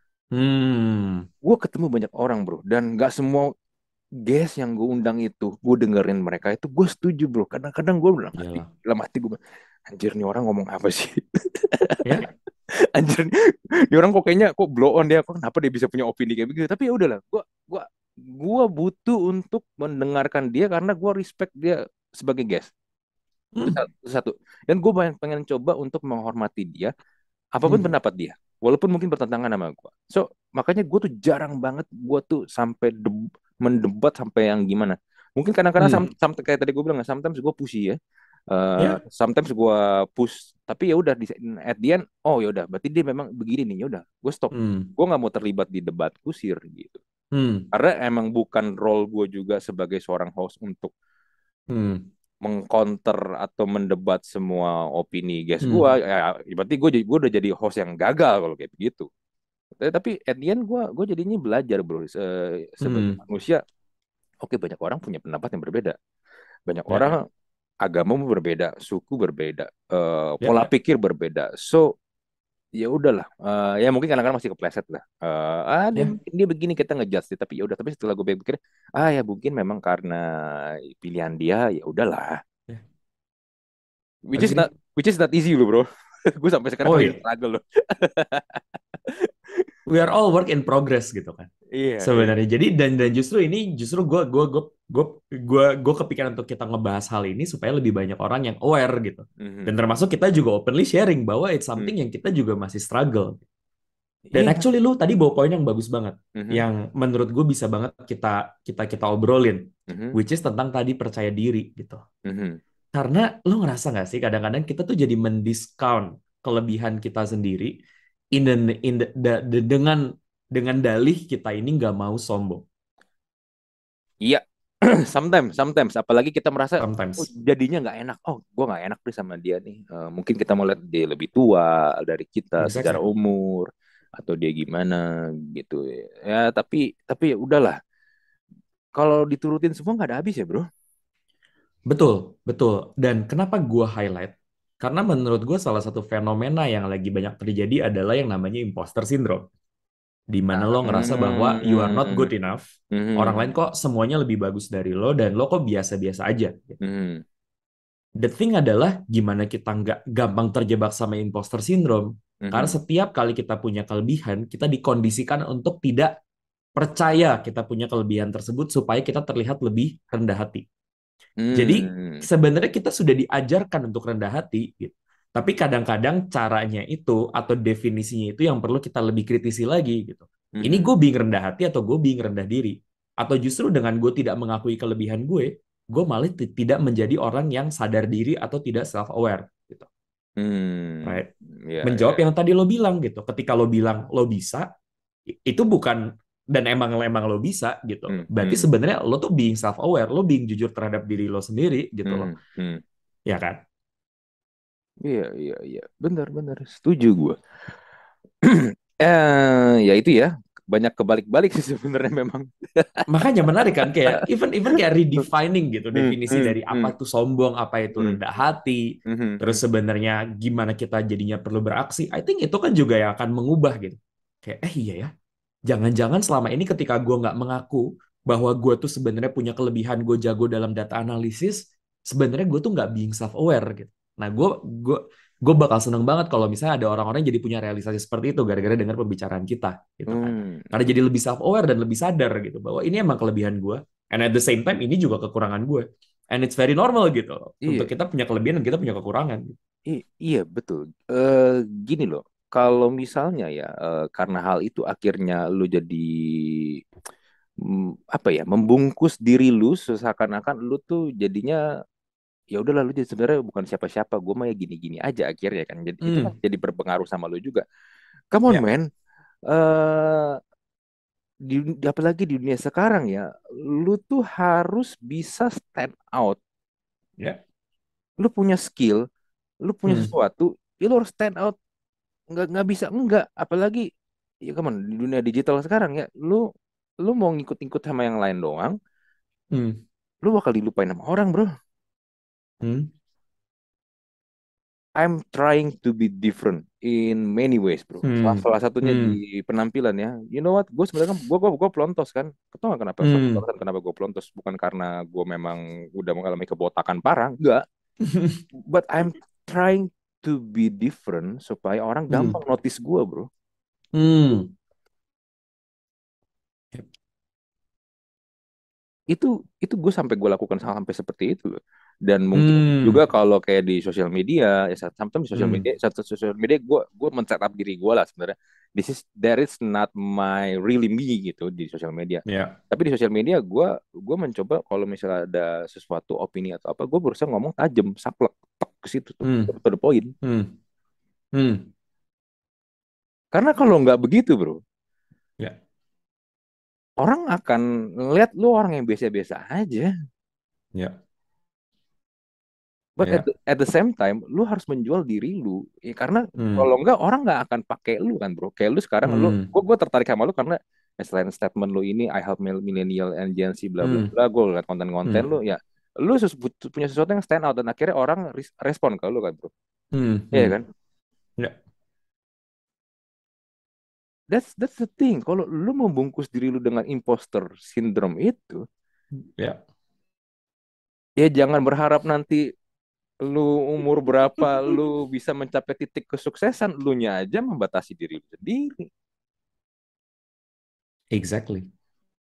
Hmm. Gue ketemu banyak orang, bro, dan nggak semua guest yang gue undang itu gue dengerin mereka itu gue setuju, bro. Kadang-kadang gue Iyalah. dalam hati gue, anjir nih orang ngomong apa sih? Ya. Anjir nih orang kok kayaknya kok blow on dia, kok kenapa dia bisa punya opini kayak begitu? Tapi ya udahlah, gue butuh untuk mendengarkan dia karena gue respect dia sebagai guest. Hmm. Itu satu. Dan gue pengen coba untuk menghormati dia, apapun Hmm. pendapat dia, walaupun mungkin bertentangan sama gue. So makanya gue tuh jarang banget gue tuh sampai mendebat sampai yang gimana. Mungkin kadang-kadang Hmm. kayak tadi gue bilang, sometimes gue pushy ya. Ya. Sometimes gue push, tapi ya udah at the end, oh ya udah, berarti dia memang begini nih, ya udah, gue stop. Hmm. Gue nggak mau terlibat di debat kusir gitu. Hmm. Karena emang bukan role gue juga sebagai seorang host untuk Hmm. mengcounter atau mendebat semua opini guys gue. Hmm. Ya, berarti gue udah jadi host yang gagal kalau kayak begitu. Tapi at the end gue jadinya belajar, bro. Sebagai Hmm. manusia, oke, banyak orang punya pendapat yang berbeda. Banyak Ya. orang agama berbeda, suku berbeda, Ya. pola Ya. pikir berbeda. So ya udahlah. Ya mungkin kadang-kadang masih kepleset lah. Ya. Dia begini, kita ngejudge sih, tapi ya udah. Tapi setelah gue pikir, ya mungkin memang karena pilihan dia, ya udahlah. Ya. Which is not Agree. which is not easy loh, bro. Gue sampai sekarang Oh masih iya. struggle loh. We are all work in progress gitu kan. Iya, iya. Sebenarnya. Jadi dan justru ini justru gue kepikiran untuk kita ngebahas hal ini supaya lebih banyak orang yang aware gitu. Dan Mhm, termasuk kita juga openly sharing bahwa it's mhm. something yang kita juga masih struggle. Dan Iya. actually lu tadi bawa poin yang bagus banget, Mhm, yang menurut gue bisa banget kita kita kita obrolin, mhm, which is tentang tadi percaya diri gitu. mhm. Karena lu ngerasa nggak sih kadang-kadang kita tuh jadi mendiscount kelebihan kita sendiri dengan dalih kita ini nggak mau sombong. Iya. Sometimes apalagi kita merasa, oh, Sometimes. jadinya nggak enak. Oh, gue nggak enak nih sama dia nih. Mungkin kita mau lihat dia lebih tua dari kita secara Exactly. umur, atau dia gimana gitu. Ya, tapi ya udahlah. Kalau diturutin semua nggak ada habis ya, bro. Betul, betul. Dan kenapa gue highlight? Karena menurut gue salah satu fenomena yang lagi banyak terjadi adalah yang namanya imposter syndrome. Di mana lo ngerasa bahwa you are not Hmm. good enough, orang lain Mhm. kok semuanya lebih bagus dari lo, dan lo kok biasa-biasa aja. Mhm. The thing adalah gimana kita nggak gampang terjebak sama imposter syndrome. Karena Mhm. setiap kali kita punya kelebihan, kita dikondisikan untuk tidak percaya kita punya kelebihan tersebut supaya kita terlihat lebih rendah hati. Jadi Hmm. sebenarnya kita sudah diajarkan untuk rendah hati, gitu. Tapi kadang-kadang caranya itu atau definisinya itu yang perlu kita lebih kritisi lagi, gitu. Ini Mhm. gue being rendah hati atau gue being rendah diri? Atau justru dengan gue tidak mengakui kelebihan gue malah tidak menjadi orang yang sadar diri atau tidak self-aware, gitu. Hmm. Right? Ya, Menjawab ya. yang tadi lo bilang, gitu. Ketika lo bilang lo bisa, itu bukan dan emang lo bisa gitu. Hmm. Berarti Hmm. sebenarnya lo tuh being self aware, lo being jujur terhadap diri lo sendiri gitu loh. Hmm. Hmm. Ya kan? Iya, iya, iya. Benar, benar. Setuju gue. Ya itu ya. banyak kebalik-balik sih sebenarnya memang. Makanya menarik kan, kayak even kayak redefining gitu Hmm, definisi hmm, dari hmm, apa itu sombong, apa itu hmm, rendah hati, hmm, terus sebenarnya gimana kita jadinya perlu beraksi. I think itu kan juga yang akan mengubah gitu. Kayak iya ya, jangan-jangan selama ini ketika gue nggak mengaku bahwa gue tuh sebenarnya punya kelebihan, gue jago dalam data analisis, sebenarnya gue tuh nggak being self aware gitu. Nah, gue bakal seneng banget kalau misalnya ada orang-orang yang jadi punya realisasi seperti itu gara-gara dengar pembicaraan kita gitu kan. hmm, Karena hmm. jadi lebih self aware dan lebih sadar gitu bahwa ini emang kelebihan gue, and at the same time ini juga kekurangan gue, and it's very normal gitu loh. Untuk Iya, kita punya kelebihan dan kita punya kekurangan. iya betul. Gini loh, kalau misalnya ya karena hal itu akhirnya lu jadi apa ya, membungkus diri lu seakan-akan lu tuh jadinya ya udahlah lu jadi sebenarnya bukan siapa-siapa, gue mah ya gini-gini aja akhirnya kan. Jadi itu kan Hmm, jadi berpengaruh sama lu juga. Come on ya, man, eh apalagi di dunia sekarang ya, lu tuh harus bisa stand out. ya, Lu punya skill, lu punya hmm, sesuatu, ya lu harus stand out. Nggak bisa enggak. Apalagi ya come on, di dunia digital sekarang ya, lu mau ngikut-ngikut sama yang lain doang, hmm, lu bakal dilupain sama orang bro. hmm, I'm trying to be different in many ways, bro. hmm, Salah satunya hmm, di penampilan ya. You know what? Gue sebenarnya kan gue pelontos kan. Ketemu nggak kenapa? Satu hmm. alasan kenapa gue pelontos bukan karena gue memang udah mengalami kebotakan parah, enggak. But I'm trying to be different supaya orang Hmm. gampang notice gue, bro. Hmm. Itu gue sampai gue lakukan sampai seperti itu loh. Dan mungkin juga Hmm. kalau kayak di sosial media ya sometimes di sosial media Hmm. satu sosial media gue men-setup diri gue lah sebenarnya there is not my really me gitu di sosial media, Ya. tapi di sosial media gue mencoba kalau misalnya ada sesuatu opini atau apa gue berusaha ngomong tajam saklek tek ke situ tuh Hmm. to the point, Hmm. Hmm. karena kalau nggak begitu bro Ya. orang akan ngeliat lu orang yang biasa-biasa aja. Ya. But Ya. at the same time, lu harus menjual diri lu. Ya, karena Hmm. kalau enggak orang nggak akan pakai lu kan, bro. Kayak lu sekarang, Hmm. gue tertarik sama lu karena selain statement lu ini, I help millennial and Gen Z, bla bla Hmm. bla. Gue liat konten-konten lu, Hmm. ya, lu punya sesuatu yang stand out dan akhirnya orang respon ke lu kan, bro. Hmm. Iya Hmm. kan? Ya. That's the thing. Kalau lu membungkus diri lu dengan imposter syndrome itu, Ya. ya jangan berharap nanti lu umur berapa lu bisa mencapai titik kesuksesan, lu nya aja membatasi diri lu sendiri. Exactly.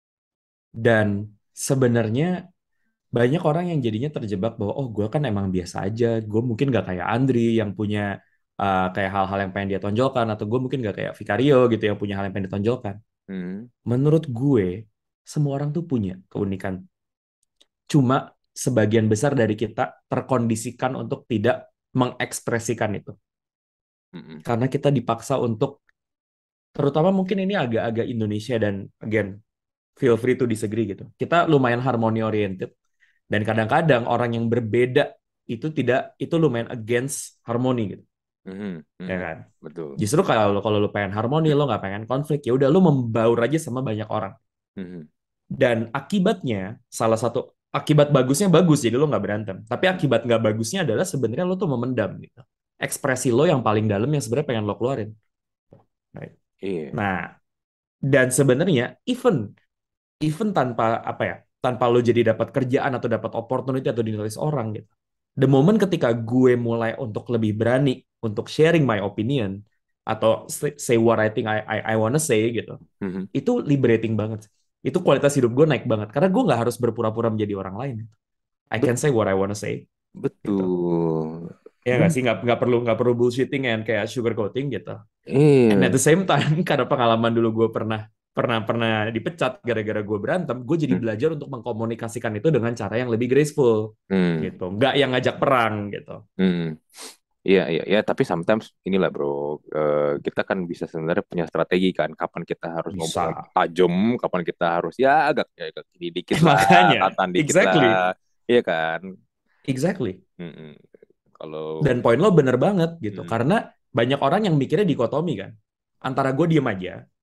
Dan sebenarnya banyak orang yang jadinya terjebak bahwa oh gue kan emang biasa aja, gue mungkin gak kayak Andri yang punya kayak hal-hal yang pengen dia tonjolkan, atau gue mungkin gak kayak Vicario gitu yang punya hal yang pengen ditonjolkan. Hmm. Menurut gue, semua orang tuh punya keunikan. Cuma sebagian besar dari kita terkondisikan untuk tidak mengekspresikan itu. Mm-mm. Karena kita dipaksa untuk, terutama mungkin ini agak-agak Indonesia dan again, feel free to disagree gitu. Kita lumayan harmony oriented dan kadang-kadang orang yang berbeda itu lumayan against harmoni gitu, Mhm, ya mhm. kan? Betul. Justru kalau lu pengen harmoni, lo nggak pengen konflik, ya udah lu membaur aja sama banyak orang. Mhm. Dan akibatnya, salah satu akibat bagusnya bagus, jadi lo nggak berantem. Tapi akibat nggak bagusnya adalah sebenarnya lo tuh memendam gitu. Ekspresi lo yang paling dalam yang sebenarnya pengen lo keluarin. Right. Iya. Nah, dan sebenarnya even tanpa apa ya, tanpa lo jadi dapat kerjaan atau dapat opportunity atau dinotis orang gitu. The moment ketika gue mulai untuk lebih berani untuk sharing my opinion atau say what I think I wanna say gitu, Mhm. itu liberating banget. Itu kualitas hidup gue naik banget karena gue nggak harus berpura-pura menjadi orang lain. I can Bet- say what I wanna say gitu. Betul. Ya nggak Ben- sih, nggak perlu bullshitting and kayak sugarcoating gitu. And at Iya. the same time karena pengalaman dulu gue pernah pernah pernah dipecat gara-gara gue berantem, gue jadi Hmm. belajar untuk mengkomunikasikan itu dengan cara yang lebih graceful Hmm. gitu, nggak yang ngajak perang gitu. Hmm. Iya, iya, ya. Tapi sometimes inilah bro, kita kan bisa sebenarnya punya strategi kan. Kapan kita harus ngomong yang Bisa. tajam, kapan kita harus agak ini dikit lah, Makanya, katan dikit lah, exactly, iya kan. exactly. Mm-mm. Kalau, Dan poin lo bener banget gitu, mm, karena banyak orang yang mikirnya dikotomi kan, antara gue diem aja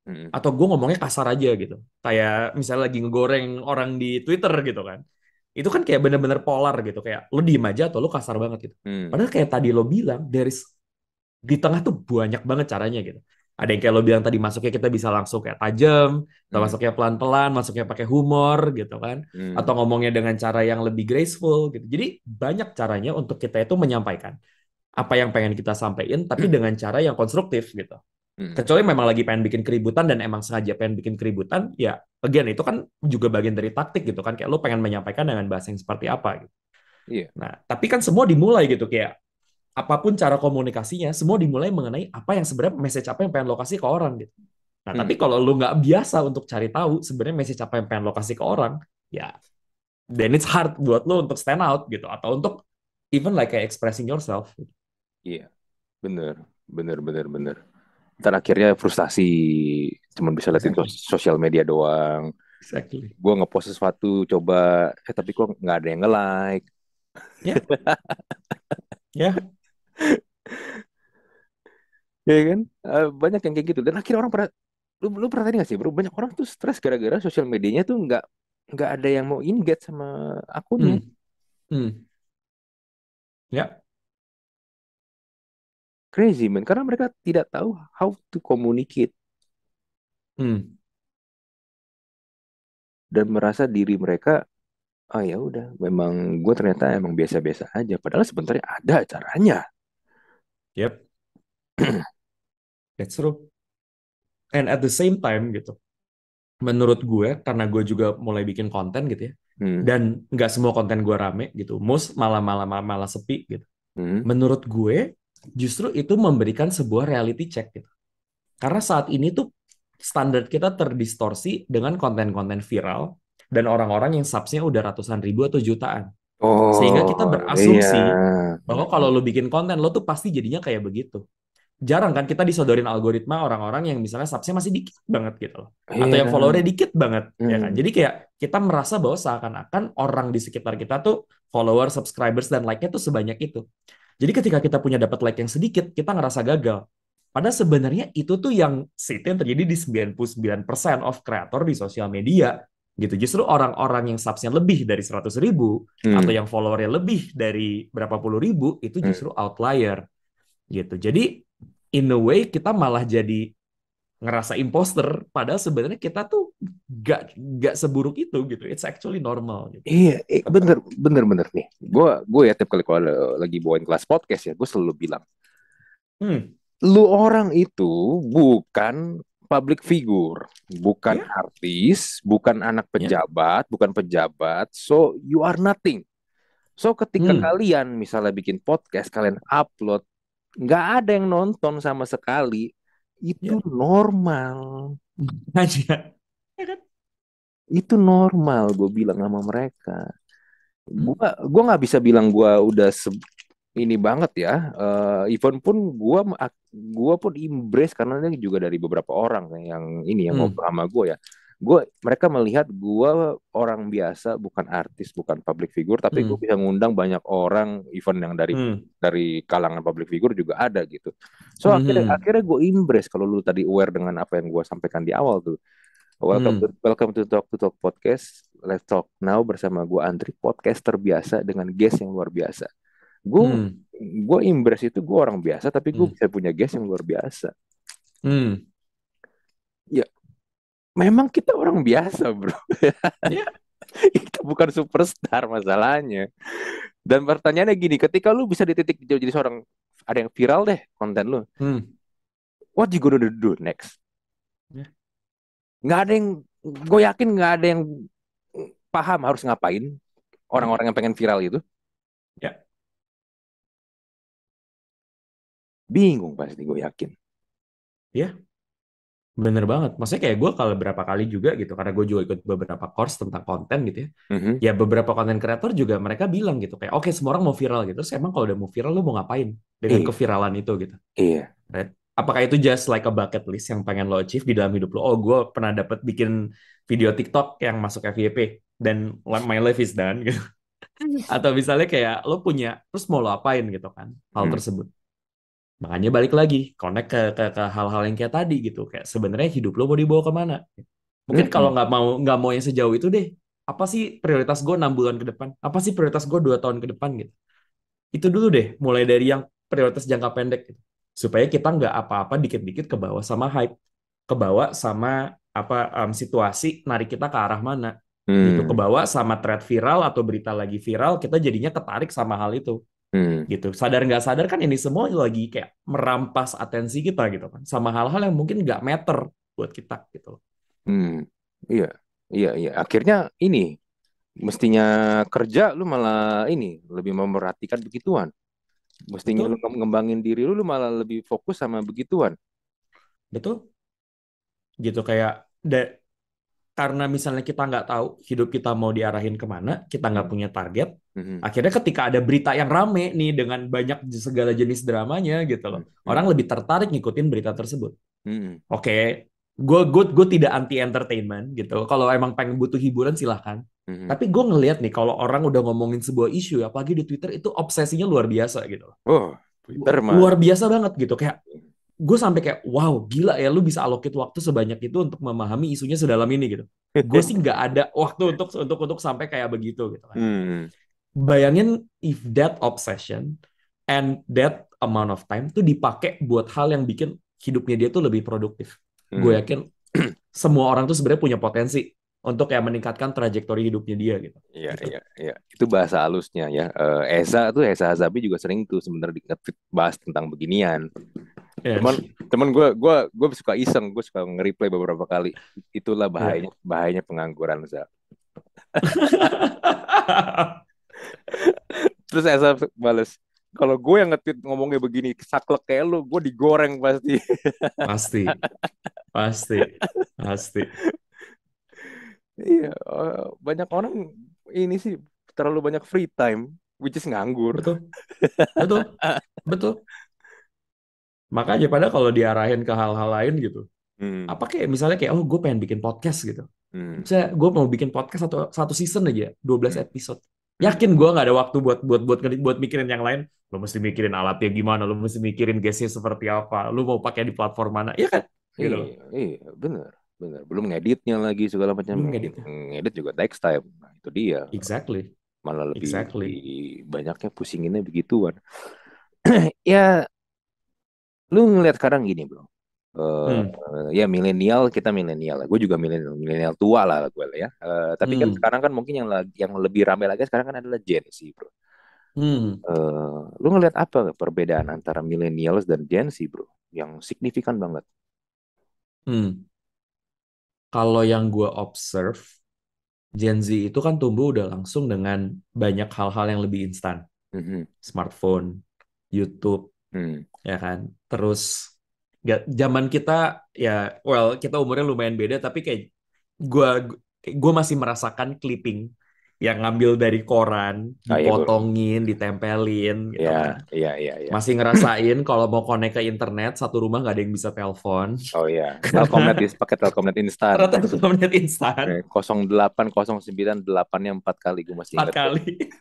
Mm. Atau gue ngomongnya kasar aja gitu. Kayak misalnya lagi ngegoreng orang di Twitter gitu kan. Itu kan kayak bener-bener polar gitu. Kayak lo diem aja atau lo kasar banget gitu. Mm. Padahal kayak tadi lo bilang, di tengah tuh banyak banget caranya gitu. Ada yang kayak lo bilang tadi, masuknya kita bisa langsung kayak tajam, atau Mm. masuknya pelan-pelan, masuknya pakai humor gitu kan. Atau Mm. ngomongnya dengan cara yang lebih graceful gitu. Jadi banyak caranya untuk kita itu menyampaikan apa yang pengen kita sampaikan, tapi dengan cara yang konstruktif gitu. Mm. Kecuali memang lagi pengen bikin keributan dan emang sengaja pengen bikin keributan, ya again itu kan juga bagian dari taktik gitu kan. Kayak lo pengen menyampaikan dengan bahasa yang seperti apa gitu. Iya. Nah, tapi kan semua dimulai gitu kayak apapun cara komunikasinya, semua dimulai mengenai apa yang sebenarnya message apa yang pengen lo kasih ke orang gitu. Nah, tapi Mm. kalau lo nggak biasa untuk cari tahu sebenarnya message apa yang pengen lo kasih ke orang, ya then it's hard buat lo untuk stand out gitu atau untuk even like kayak expressing yourself. Iya. Bener. Bener, bener, bener. Ntar akhirnya frustasi, cuman bisa liatin Exactly. sosial media doang. Exactly. Gue ngepost sesuatu, coba, tapi kok nggak ada yang nge-like. Ya, ya. Ya kan? Banyak yang kayak gitu. Dan akhirnya orang pernah, lu pernah tadi nggak sih, bro? Banyak orang tuh stres gara-gara sosial medianya tuh nggak ada yang mau engage sama akunnya. Hmm. Hmm. Ya. Crazy, man. Karena mereka tidak tahu how to communicate Hmm. dan merasa diri mereka, ah ya udah, memang gue ternyata emang biasa-biasa aja. Padahal sebenarnya ada caranya. Yep. That's true. And at the same time gitu, menurut gue karena gue juga mulai bikin konten gitu ya, Hmm. dan nggak semua konten gue rame gitu, most malah malah malah, malah sepi gitu. Hmm. Menurut gue justru itu memberikan sebuah reality check gitu. Karena saat ini tuh standar kita terdistorsi dengan konten-konten viral dan orang-orang yang subsnya udah ratusan ribu atau jutaan. Sehingga kita Oh iya. berasumsi bahwa kalau lo bikin konten lo tuh pasti jadinya kayak begitu. Jarang kan kita disodorin algoritma orang-orang yang misalnya subsnya masih dikit banget gitu loh. Atau Iya. yang followernya dikit banget, ya kan. Hmm. Jadi kayak kita merasa bahwa seakan-akan orang di sekitar kita tuh follower, subscribers, dan like-nya tuh sebanyak itu. Jadi ketika kita punya dapat like yang sedikit, kita ngerasa gagal. Padahal sebenarnya itu tuh yang terjadi di 99% of kreator di sosial media. Gitu. Justru orang-orang yang subsnya lebih dari 100 ribu, atau Hmm. yang followernya lebih dari berapa puluh ribu, itu Hmm. justru outlier. Gitu. Jadi in a way kita malah jadi ngerasa imposter padahal sebenarnya kita tuh gak seburuk itu gitu. It's actually normal gitu. Iya, bener, bener, bener nih. Gue ya tiap kali kalau lagi bawain kelas podcast ya, gue selalu bilang, Hmm, lu orang itu bukan public figure, bukan ya, artis, bukan anak ya, pejabat, so you are nothing. So ketika hmm, kalian misalnya bikin podcast, kalian upload, nggak ada yang nonton sama sekali, itu ya, normal. aja. Ya kan? Itu normal, gue bilang sama mereka. Hmm, Gua nggak bisa bilang gua udah ini banget ya. Even pun gua pun embrace karena ini juga dari beberapa orang yang ini yang hmm, ngobrol sama gua ya. Mereka melihat gua orang biasa, bukan artis, bukan public figure, tapi gua hmm, bisa ngundang banyak orang, even yang dari hmm, kalangan public figure juga ada gitu. So hmm, akhirnya hmm, akhirnya gue embrace kalau lu tadi aware dengan apa yang gua sampaikan di awal tuh. hmm, Welcome to Talk Podcast. Let's Talk Now bersama gue Andri, podcast terbiasa dengan guest yang luar biasa. Gue hmm, gue embrace itu gue orang biasa, tapi gue hmm, bisa punya guest yang luar biasa. hmm. Ya, memang kita orang biasa, bro. Ya, Kita bukan superstar masalahnya. Dan pertanyaannya gini, ketika lu bisa di titik jadi seorang, ada yang viral deh konten lu, hmm, what you gonna do next? ya, Nggak ada yang, gue yakin nggak ada yang paham harus ngapain ya, orang-orang yang pengen viral itu. ya, Bingung pasti, gue yakin. ya. Bener banget. Maksudnya kayak gue kalau berapa kali juga gitu, karena gue juga ikut beberapa course tentang konten gitu ya. Mhm. Ya beberapa konten kreator juga mereka bilang gitu kayak oke semua orang mau viral gitu. Terus emang kalau udah mau viral lu mau ngapain dengan Iya, keviralan itu gitu. iya. Right? Apakah itu just like a bucket list yang pengen lo achieve di dalam hidup lo? Oh, gue pernah dapat bikin video TikTok yang masuk FYP dan my life is done gitu. Atau misalnya kayak lo punya terus mau lo apain gitu kan hal Hmm. tersebut. Makanya balik lagi, connect ke hal-hal yang kayak tadi gitu. Kayak sebenarnya hidup lo mau dibawa kemana? Mungkin kalau Mm-mm. nggak mau yang sejauh itu deh. Apa sih prioritas gue 6 bulan ke depan? Apa sih prioritas gue 2 tahun ke depan gitu? Itu dulu deh, mulai dari yang prioritas jangka pendek gitu. Supaya kita nggak apa-apa dikit-dikit ke bawah sama hype, ke bawah sama situasi narik kita ke arah mana gitu, ke Hmm. bawah sama thread viral atau berita lagi viral, kita jadinya ketarik sama hal itu Hmm. gitu. Sadar nggak sadar kan ini semua lagi kayak merampas atensi kita gitu kan, sama hal-hal yang mungkin nggak matter buat kita gitu. Hmm. Iya, iya, iya. Akhirnya ini mestinya kerja lu malah ini lebih memperhatikan begituan. Mestinya lu Betul, ngembangin diri lu malah lebih fokus sama begituan. betul gitu kayak karena misalnya kita nggak tahu hidup kita mau diarahin kemana, kita nggak Hmm. punya target, Hmm. akhirnya ketika ada berita yang rame nih dengan banyak segala jenis dramanya gitu loh, Hmm. orang Hmm. lebih tertarik ngikutin berita tersebut. Hmm. Oke, gue tidak anti entertainment gitu. Kalau emang pengen butuh hiburan silahkan. Hmm. Tapi gue ngelihat nih kalau orang udah ngomongin sebuah isu, apalagi di Twitter itu obsesinya luar biasa gitu loh. Oh, Twitter mah. Luar biasa banget gitu. Kayak gue sampai kayak wow gila ya lu bisa allocate waktu sebanyak itu untuk memahami isunya sedalam ini gitu. Gue sih nggak ada waktu untuk sampai kayak begitu gitu kan. Hmm. Bayangin if that obsession and that amount of time tuh dipakai buat hal yang bikin hidupnya dia tuh lebih produktif. Gue Hmm. yakin semua orang tuh sebenarnya punya potensi untuk kayak meningkatkan trajektori hidupnya dia gitu. Iya, Gitu. iya, iya. Itu bahasa halusnya ya. Eza Hazabi juga sering tuh sebenarnya bahas tentang beginian. Ya, Cuman, cuman gue suka iseng, gue suka nge-replay beberapa kali. Itulah ya. bahayanya pengangguran, Za. Terus Eza bales, kalau gue yang nge-tweet ngomongnya begini, saklek kayak lu, gue digoreng pasti. Pasti, pasti, pasti. Iya, banyak orang ini sih terlalu banyak free time, which is nganggur. Betul, betul, betul. Makanya pada kalau diarahin ke hal-hal lain gitu, Hmm. apa kayak misalnya kayak oh gue pengen bikin podcast gitu. Hmm. Saya gue mau bikin podcast satu season aja, 12 Hmm. episode. Hmm. Yakin gue nggak ada waktu buat mikirin yang lain. Lo mesti mikirin alatnya gimana, lo mesti mikirin guestnya seperti apa, lo mau pakai di platform mana, iya kan? Gitu Iya, loh. iya, bener, bener. Belum ngeditnya lagi segala macam. Belum ngeditnya. Ngedit juga takes time. Nah, itu dia. Exactly, Malah lebih exactly. banyaknya pusinginnya begituan. Ya, lu ngeliat sekarang gini, bro. Eh, Hmm, ya kita milenial. Gue juga milenial, milenial tua lah gue lah ya. Tapi kan hmm, sekarang kan mungkin yang lebih ramai lagi sekarang kan adalah Gen Z, bro. hmm, Lu ngeliat apa perbedaan antara millennials dan Gen Z, bro? Yang signifikan banget. hmm. Kalau yang gue observe, Gen Z itu kan tumbuh udah langsung dengan banyak hal-hal yang lebih instan. Mhm. Smartphone, YouTube, Hmm. ya kan. Terus zaman kita ya well kita umurnya lumayan beda tapi kayak gua gua masih merasakan clipping yang ngambil dari koran, Ah, iya, bro. dipotongin, ditempelin gitu Ya, kan. iya, iya, iya. Masih ngerasain kalau mau connect ke internet satu rumah nggak ada yang bisa telepon Oh iya, karena Telkomnet pakai Telkomnet instan. rata internet instan 08 09 8-nya 4 kali gue masih 4 inget tuh. kali.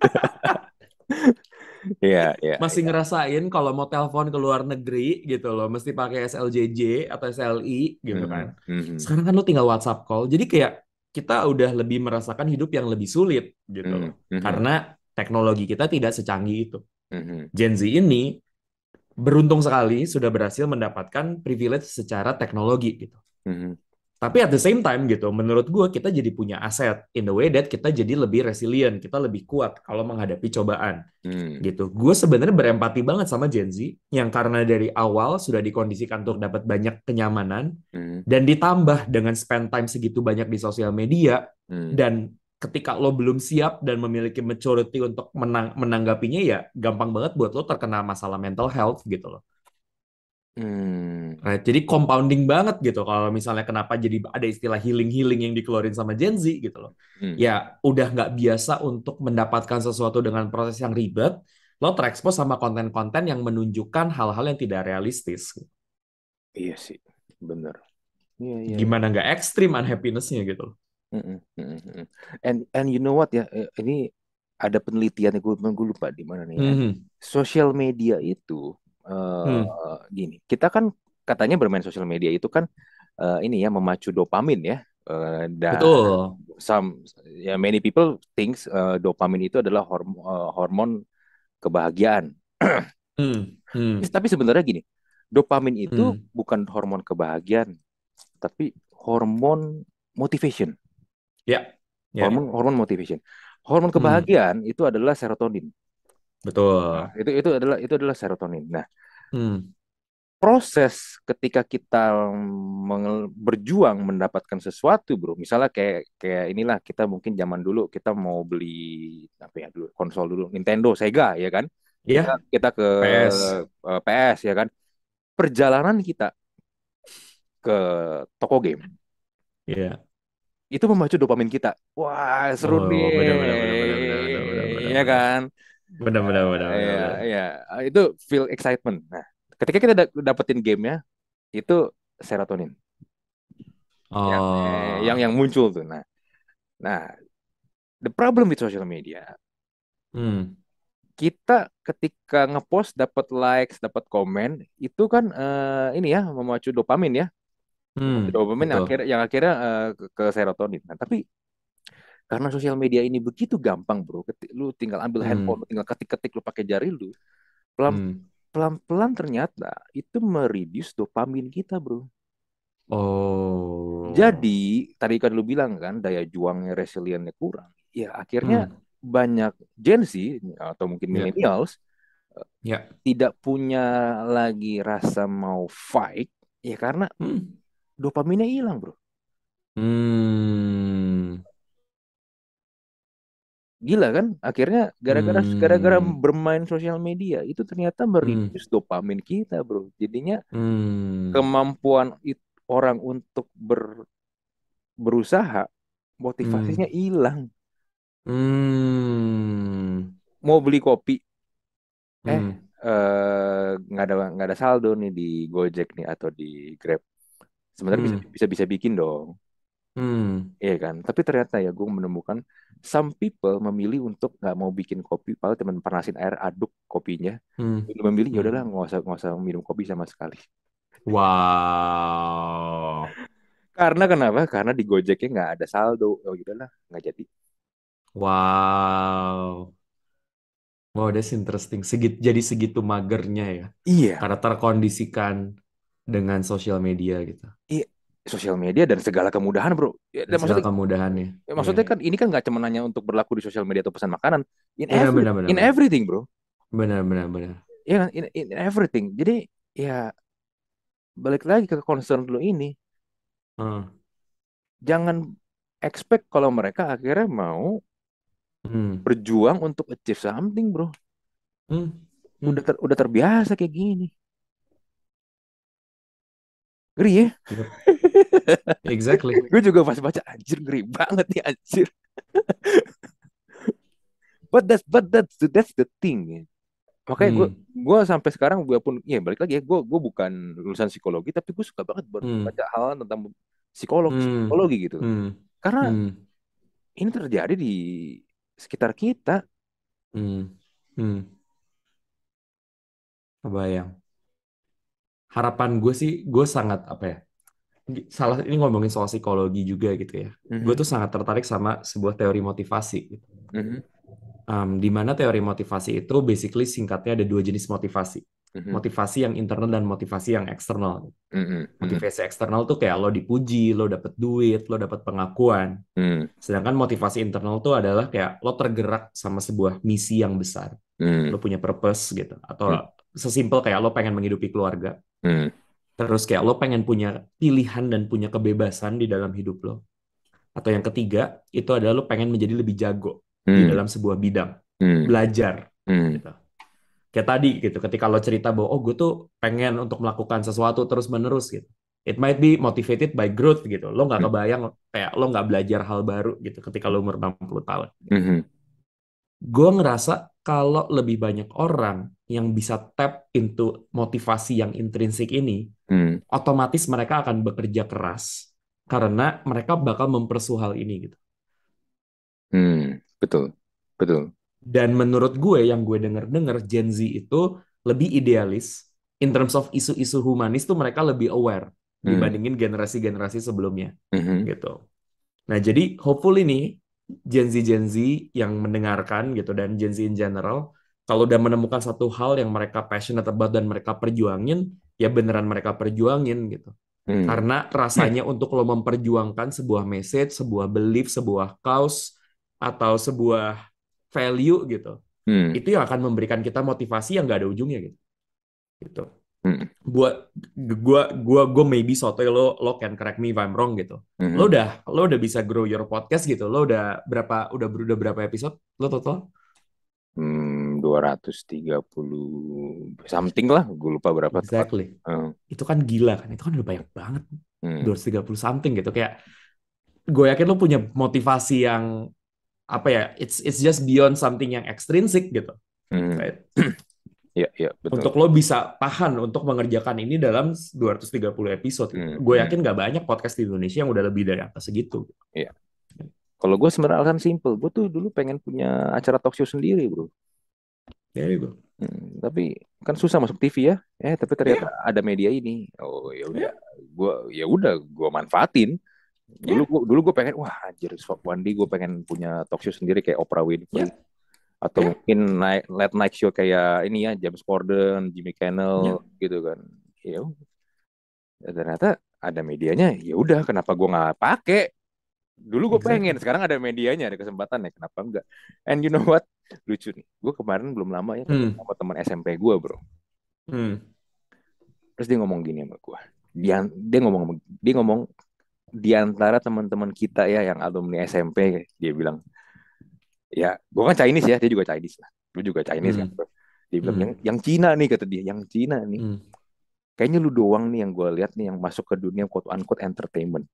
Iya, iya, Masih iya. ngerasain kalau mau telepon ke luar negeri gitu loh, mesti pakai SLJJ atau SLI gitu kan. Mhm, mhm, Sekarang kan lo tinggal WhatsApp call. Jadi kayak kita udah lebih merasakan hidup yang lebih sulit gitu loh. mhm, mhm, Karena teknologi kita tidak secanggih itu. mhm, Gen Z ini beruntung sekali sudah berhasil mendapatkan privilege secara teknologi gitu. mhm, Tapi at the same time gitu, menurut gue kita jadi punya aset in the way that kita jadi lebih resilient, kita lebih kuat kalau menghadapi cobaan mhm, gitu. Gue sebenarnya berempati banget sama Gen Z yang karena dari awal sudah dikondisikan untuk dapat banyak kenyamanan mhm, dan ditambah dengan spend time segitu banyak di sosial media mhm. dan ketika lo belum siap dan memiliki maturity untuk menanggapinya ya gampang banget buat lo terkena masalah mental health gitu loh. Hmm. Right. Jadi compounding banget gitu kalau misalnya kenapa jadi ada istilah healing-healing yang dikeluarin sama Gen Z gitu loh. Hmm. Ya udah nggak biasa untuk mendapatkan sesuatu dengan proses yang ribet, lo terekspos sama konten-konten yang menunjukkan hal-hal yang tidak realistis. Iya sih, bener. Iya, iya, iya. Gimana nggak ekstrim unhappiness-nya gitu loh. Mhm, mhm, mhm. And you know what ya, ini ada penelitian gue lupa di mana nih. Mhm. Sosial media itu Hmm. Gini, kita kan katanya bermain sosial media itu kan ini ya memacu dopamin ya. Dan Betul. ya many people thinks dopamin itu adalah hormon kebahagiaan. Hmm. Hmm. Tapi sebenarnya gini, dopamin itu Hmm. bukan hormon kebahagiaan, tapi hormon motivation. Ya. Ya. Hormon motivation. Hormon Hmm. kebahagiaan itu adalah serotonin. Nah, Betul. itu adalah serotonin. Nah, Hmm. proses ketika kita berjuang mendapatkan sesuatu, bro. Misalnya kayak kayak inilah kita mungkin zaman dulu kita mau beli apa ya dulu konsol dulu Nintendo, Sega ya kan. Kita Ya. kita ke PS. PS ya kan. Perjalanan kita ke toko game Ya. itu memacu dopamin kita. Wah, seru Oh, benar benar benar benar benar benar benar nih, benar ya benar. kan? Benar benar benar benar Ya, benar. ya, itu feel excitement. Nah, ketika kita dapetin gamenya, itu serotonin yang Oh. muncul tuh. Nah, the problem with social media, Hmm. kita ketika ngepost dapat likes, dapat komen, itu kan ini ya memacu dopamin ya, memacu Hmm. dopamin Betul. yang akhirnya ke serotonin. Nah, tapi karena sosial media ini begitu gampang, bro, lu tinggal ambil handphone, lu Hmm. tinggal ketik-ketik, lu pakai jari lu, pelan Hmm. pelan-pelan ternyata itu mereduce dopamin kita, bro. Jadi, Oh. tadi kan lu bilang kan, daya juangnya, resiliennya kurang. Ya, akhirnya Hmm. banyak Gen Z, atau mungkin Ya. millennials, eh, Ya. tidak punya lagi rasa mau fight, ya karena Hmm. dopaminnya hilang, bro. Hmm. Gila kan? Akhirnya gara-gara Hmm. bermain sosial media, itu ternyata Hmm. mereduce dopamin kita, bro. Jadinya Hmm. kemampuan orang untuk berusaha, motivasinya Hmm. hilang. Hmm. Mau beli kopi, eh Hmm. nggak ada saldo nih di Gojek nih atau di Grab. Sebenarnya bisa Hmm. bisa bisa bikin dong, Hmm. iya kan? Tapi ternyata ya gue menemukan some people memilih untuk nggak mau bikin kopi, padahal teman panasin air aduk kopinya. Hmm. Lu memilih ya udahlah Hmm. nggak usah minum kopi sama sekali. Wow. Karena kenapa? Karena di Gojeknya nggak ada saldo. Oh ya udahlah nggak jadi. Wow. Wow, that's interesting. Jadi segitu magernya ya. Iya, Karena terkondisikan dengan sosial media gitu. iya. Sosial media dan segala kemudahan, bro. Ya, Dan dan segala maksudnya, kemudahannya. Iya. maksudnya kan ini kan nggak cuma hanya untuk berlaku di sosial media atau pesan makanan, Benar, benar, benar, in benar. everything, bro. Benar, benar, benar. Iya kan, in everything. Jadi ya balik lagi ke concern lu ini, Hmm. jangan expect kalau mereka akhirnya mau Hmm. berjuang untuk achieve something, bro. Hmm. Hmm. Udah terbiasa kayak gini. Ngeri ya? Yep. Exactly. Gue juga pas baca anjir ngeri banget nih anjir. But that's the thing ya. Makanya gue Hmm. gue sampai sekarang gue pun ya balik lagi ya gue bukan lulusan psikologi tapi gue suka banget Hmm. baca hal tentang Hmm. psikologi gitu. Hmm. Karena Hmm. ini terjadi di sekitar kita. Hmm. Hmm. Kebayang. Harapan gue sih, gue sangat apa ya? Salah ini ngomongin soal psikologi juga gitu ya. Gue Mhm, tuh sangat tertarik sama sebuah teori motivasi gitu. mhm, Di mana teori motivasi itu basically singkatnya ada dua jenis motivasi. mhm, Motivasi yang internal dan motivasi yang eksternal. mhm, mhm, Motivasi eksternal tuh kayak lo dipuji, lo dapet duit, lo dapet pengakuan. mhm, Sedangkan motivasi internal tuh adalah kayak lo tergerak sama sebuah misi yang besar. mhm, Lo punya purpose gitu. mhm, Atau sesimpel kayak lo pengen menghidupi keluarga. mhm, Terus kayak lo pengen punya pilihan dan punya kebebasan di dalam hidup lo. Atau yang ketiga, itu adalah lo pengen menjadi lebih jago di mhm, dalam sebuah bidang. mhm, Belajar mhm, gitu. Kayak tadi gitu, ketika lo cerita bahwa oh gue tuh pengen untuk melakukan sesuatu terus-menerus gitu. It might be motivated by growth gitu. Lo nggak kebayang kayak lo nggak belajar hal baru gitu ketika lo umur 60 tahun. mhm, Gue ngerasa kalau lebih banyak orang yang bisa tap into motivasi yang intrinsik ini, mhm, otomatis mereka akan bekerja keras karena mereka bakal mempersuh hal ini gitu. mhm. Betul, betul. Dan menurut gue yang gue denger-denger Gen Z itu lebih idealis in terms of isu-isu humanis tuh mereka lebih aware Hmm. dibandingin generasi-generasi sebelumnya Mhm. gitu. Nah, jadi hopefully nih Gen Z yang mendengarkan gitu dan Gen Z in general kalau udah menemukan satu hal yang mereka passionate about dan mereka perjuangin, ya beneran mereka perjuangin gitu. Hmm. Karena rasanya untuk lo memperjuangkan sebuah message, sebuah belief, sebuah cause atau sebuah value gitu, Hmm. itu yang akan memberikan kita motivasi yang gak ada ujungnya gitu. Gitu. Hmm. Buat gua maybe sotoy, lo can correct me if I'm wrong gitu. Mhm. Lo udah bisa grow your podcast gitu. Lo udah berapa episode lo total? 230 something lah, gue lupa berapa tepat. Exactly. Hmm. Itu kan gila kan. Itu kan udah banyak banget. Hmm. 230 something gitu. Kayak gue yakin lo punya motivasi yang apa ya? It's just beyond something yang extrinsic gitu. Hmm. Right? Iya, iya, betul. Untuk lo bisa tahan untuk mengerjakan ini dalam 230 episode gitu. Hmm. Gue Hmm. yakin gak banyak podcast di Indonesia yang udah lebih dari angka segitu. Iya. Kalau gue sebenarnya alasan simple, gue tuh dulu pengen punya acara talk show sendiri, bro. There you go. Tapi kan susah masuk TV ya. Tapi ternyata Iya, ada media ini. Oh ya udah, iya, gue manfaatin. iya, Dulu gue pengen, wah anjir, one day gue pengen punya talk show sendiri kayak Oprah Winfrey, iya, atau iya, mungkin late night show kayak ini ya, James Corden, Jimmy iya. Kimmel gitu kan. Ya ternyata ada medianya. Ya udah, kenapa gue nggak pakai? Dulu gue pengen, Exactly. sekarang ada medianya, ada kesempatan ya, kenapa enggak? And you know what? Lucu nih, gue kemarin belum lama ya ketemu Hmm, sama teman SMP gue, bro. hmm, Terus dia ngomong gini sama gue. Dia ngomong di antara teman-teman kita ya yang alumni SMP, dia bilang, ya gue kan Chinese ya, dia juga Chinese lah. Lu juga Chinese kan, hmm, bro. Dia bilang, hmm, yang Cina nih, kata dia, yang Cina nih. hmm. Kayaknya lu doang nih yang gue lihat nih yang masuk ke dunia quote unquote entertainment.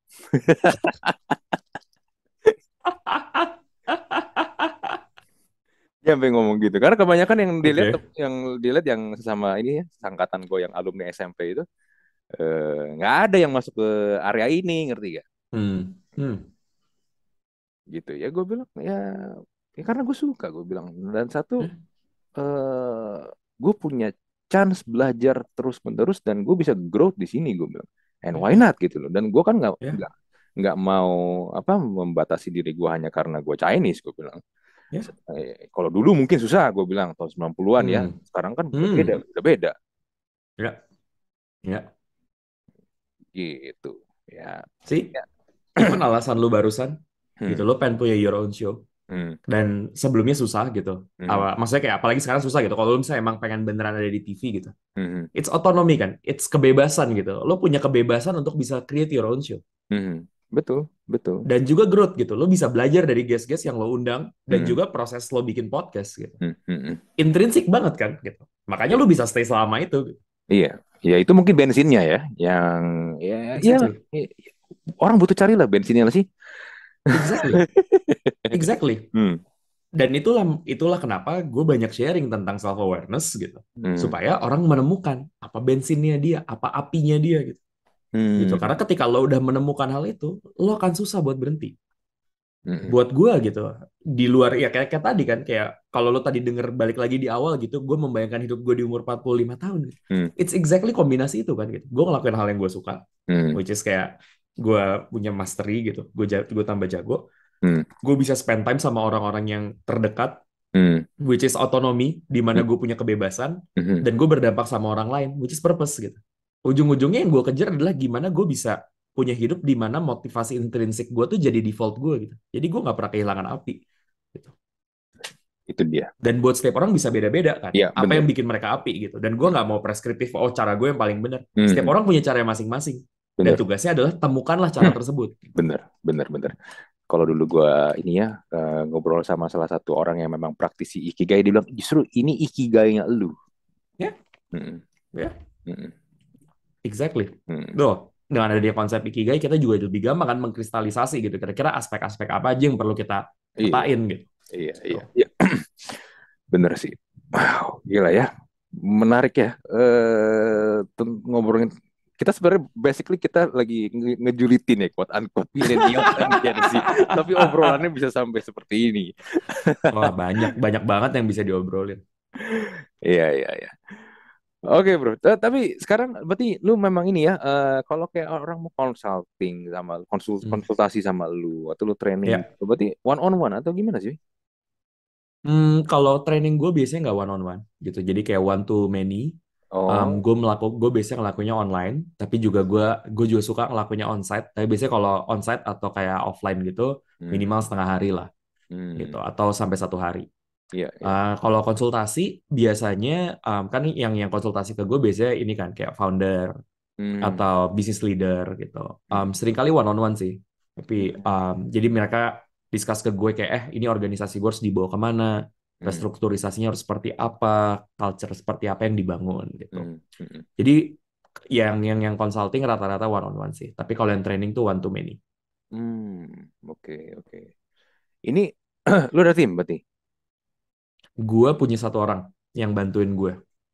Dia sampai ngomong gitu. Karena kebanyakan Oke. yang dilihat yang sesama ini ya, sangkatan gue yang alumni SMP itu nggak ada yang masuk ke area ini, ngerti gak? Hmm, hmm, Gitu ya, gue bilang ya karena gue suka, gue bilang. Dan satu, ya, eh gue punya chance belajar terus menerus dan gue bisa growth di sini, gue bilang. And ya, why not gitu loh. Dan gue kan ya, nggak mau apa membatasi diri gue hanya karena gue Chinese, gue bilang. ya. Kalau dulu mungkin susah, gue bilang tahun 90-an ya. Hmm, Sekarang kan udah beda, hmm, udah beda ya, ya. gitu. Ya. See, Ya. even alasan lu barusan, gitu, Hmm. lo pengen punya your own show, Hmm. dan sebelumnya susah gitu. Hmm. Maksudnya kayak apalagi sekarang susah gitu. Kalau lu misalnya emang pengen beneran ada di TV gitu, Hmm. it's autonomy kan, it's kebebasan gitu. Lo punya kebebasan untuk bisa create your own show. Hmm. Betul, betul. Dan juga growth gitu. Lo bisa belajar dari guest-guest yang lo undang dan Hmm. juga proses lo bikin podcast gitu. Hmm. Hmm. Intrinsik banget kan gitu. Makanya Ya. lo bisa stay selama itu gitu. Iya, ya itu mungkin bensinnya ya, yang ya, ya, Exactly. ya, orang butuh carilah bensinnya lah sih. Exactly. Exactly. Hmm. Dan itulah kenapa gue banyak sharing tentang self awareness gitu. Hmm. Supaya orang menemukan apa bensinnya dia, apa apinya dia gitu. Gitu. Hmm. Karena ketika lo udah menemukan hal itu, lo akan susah buat berhenti. Hmm. Buat gue gitu, di luar ya kayak tadi kan, kayak kalau lo tadi denger balik lagi di awal gitu, gue membayangkan hidup gue di umur 45 tahun gitu. Hmm. It's exactly kombinasi itu kan gitu. Gue ngelakuin hal yang gue suka, Hmm. which is kayak gue punya mastery gitu, gue tambah jago, Hmm. gue bisa spend time sama orang-orang yang terdekat, Hmm. which is otonomi, di mana gue punya kebebasan, Hmm. dan gue berdampak sama orang lain, which is purpose gitu. Ujung-ujungnya yang gue kejar adalah gimana gue bisa punya hidup di mana motivasi intrinsik gue tuh jadi default gue gitu. Jadi gue nggak pernah kehilangan api. Gitu. Itu dia. Dan buat setiap orang bisa beda-beda kan. Iya, Apa benar. yang bikin mereka api gitu. Dan gue nggak mau preskriptif, oh cara gue yang paling benar. Setiap Hmm. orang punya cara masing-masing. Dan Benar. tugasnya adalah temukanlah cara tersebut. Benar, benar, benar. Kalau dulu gue ini ya ngobrol sama salah satu orang yang memang praktisi ikigai, dia bilang justru ini ikigainya lu. Ya, Hmm. ya, Hmm. exactly. Hmm. Tuh, dengan adanya konsep ikigai, kita juga lebih gampang kan mengkristalisasi gitu. Kira-kira aspek-aspek apa aja yang perlu kita Iya, petain gitu. iya, iya, Tuh. iya. Bener sih. Wow, gila ya. Menarik ya. Ngobrolin kita sebenarnya basically kita lagi ngejulitin ya quote unquote milenial dan Gen Z. Tapi obrolannya bisa sampai seperti ini. Wah, banyak banget yang bisa diobrolin. Iya, iya, iya. Oke bro, tapi sekarang berarti lu memang ini ya, kalau kayak orang mau consulting sama Hmm. konsultasi sama lu atau lu training, Ya. berarti one on one atau gimana sih? Kalau training gue biasanya nggak one on one gitu. Jadi kayak one to many. Oh, Gue biasanya ngelakuinnya online, tapi juga gue juga suka ngelakuinnya onsite. Tapi biasanya kalau onsite atau kayak offline gitu, hmm, minimal setengah hari lah gitu, hmm, atau sampai 1 hari. iya, iya, Kalau konsultasi biasanya kan yang konsultasi ke gue biasanya ini kan kayak founder hmm, atau business leader gitu. hmm, Seringkali one on one sih. Tapi hmm, jadi mereka discuss ke gue kayak ini organisasi gue harus dibawa kemana, hmm, restrukturisasinya harus seperti apa, culture seperti apa yang dibangun gitu. hmm, hmm, Jadi yang consulting rata-rata one on one sih. Tapi kalau yang training tuh one to many. oke, oke. Ini lu ada tim berarti? Gue punya 1 orang yang bantuin gue.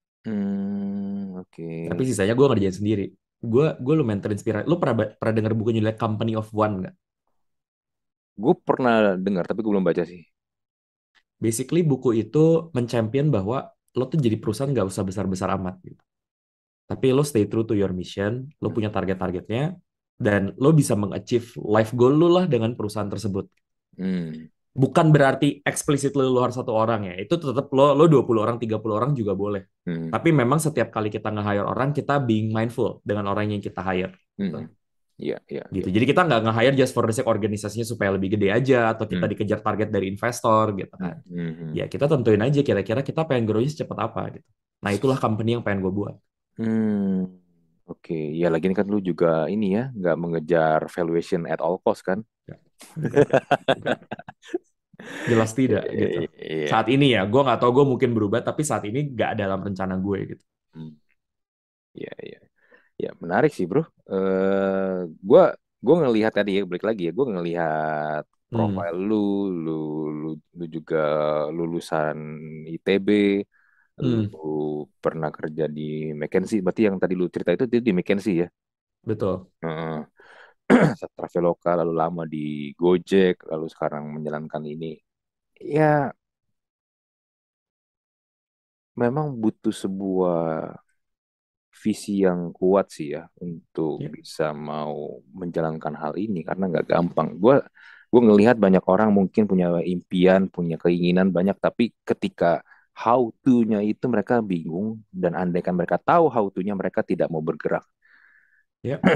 Oke. Tapi sisanya gue ngerjain sendiri. Gue lumayan terinspirasi. Lu pernah denger bukunya Company of One nggak? Gue pernah dengar tapi gue belum baca sih. Basically buku itu mencampion bahwa lo tuh jadi perusahaan nggak usah besar-besar amat gitu. Tapi lo stay true to your mission, lo Hmm, punya target-targetnya, dan lo bisa mengachieve life goal lo lah dengan perusahaan tersebut. hmm, Bukan berarti eksplisit lo harus 1 orang ya. Itu tetap lo 20 orang, 30 orang juga boleh. hmm, Tapi memang setiap kali kita nge-hire orang, kita being mindful dengan orang yang kita hire. hmm. Gitu. Iya, iya, iya. Gitu. Jadi kita nggak nge-hire just for the sake organisasinya supaya lebih gede aja, atau kita Hmm, dikejar target dari investor gitu hmm, kan. hmm, hmm. Ya kita tentuin aja kira-kira kita pengen grow-nya secepat apa gitu. Nah itulah company yang pengen gue buat. Hmm, oke. Ya lagi ini kan lu juga ini ya, nggak mengejar valuation at all cost kan? Ya, enggak, enggak. Jelas tidak gitu. Iya. Saat ini ya, gue nggak tahu gue mungkin berubah, tapi saat ini nggak dalam rencana gue gitu. Hmm, iya, iya. Ya menarik sih bro. Gua gua ngelihat tadi ya, balik lagi ya, gua ngelihat Hmm, profil lu, lu, lu juga lulusan ITB, lu hmm, pernah kerja di McKinsey. Berarti yang tadi lu cerita itu di McKinsey ya? betul. Heeh. Traveloka, lalu lama di Gojek, lalu sekarang menjalankan ini. Ya, memang butuh sebuah visi yang kuat sih ya untuk Ya, bisa mau menjalankan hal ini karena nggak gampang. Gue ngelihat banyak orang mungkin punya impian, punya keinginan banyak, tapi ketika how to-nya itu mereka bingung dan andaikan mereka tahu how to-nya mereka tidak mau bergerak. ya.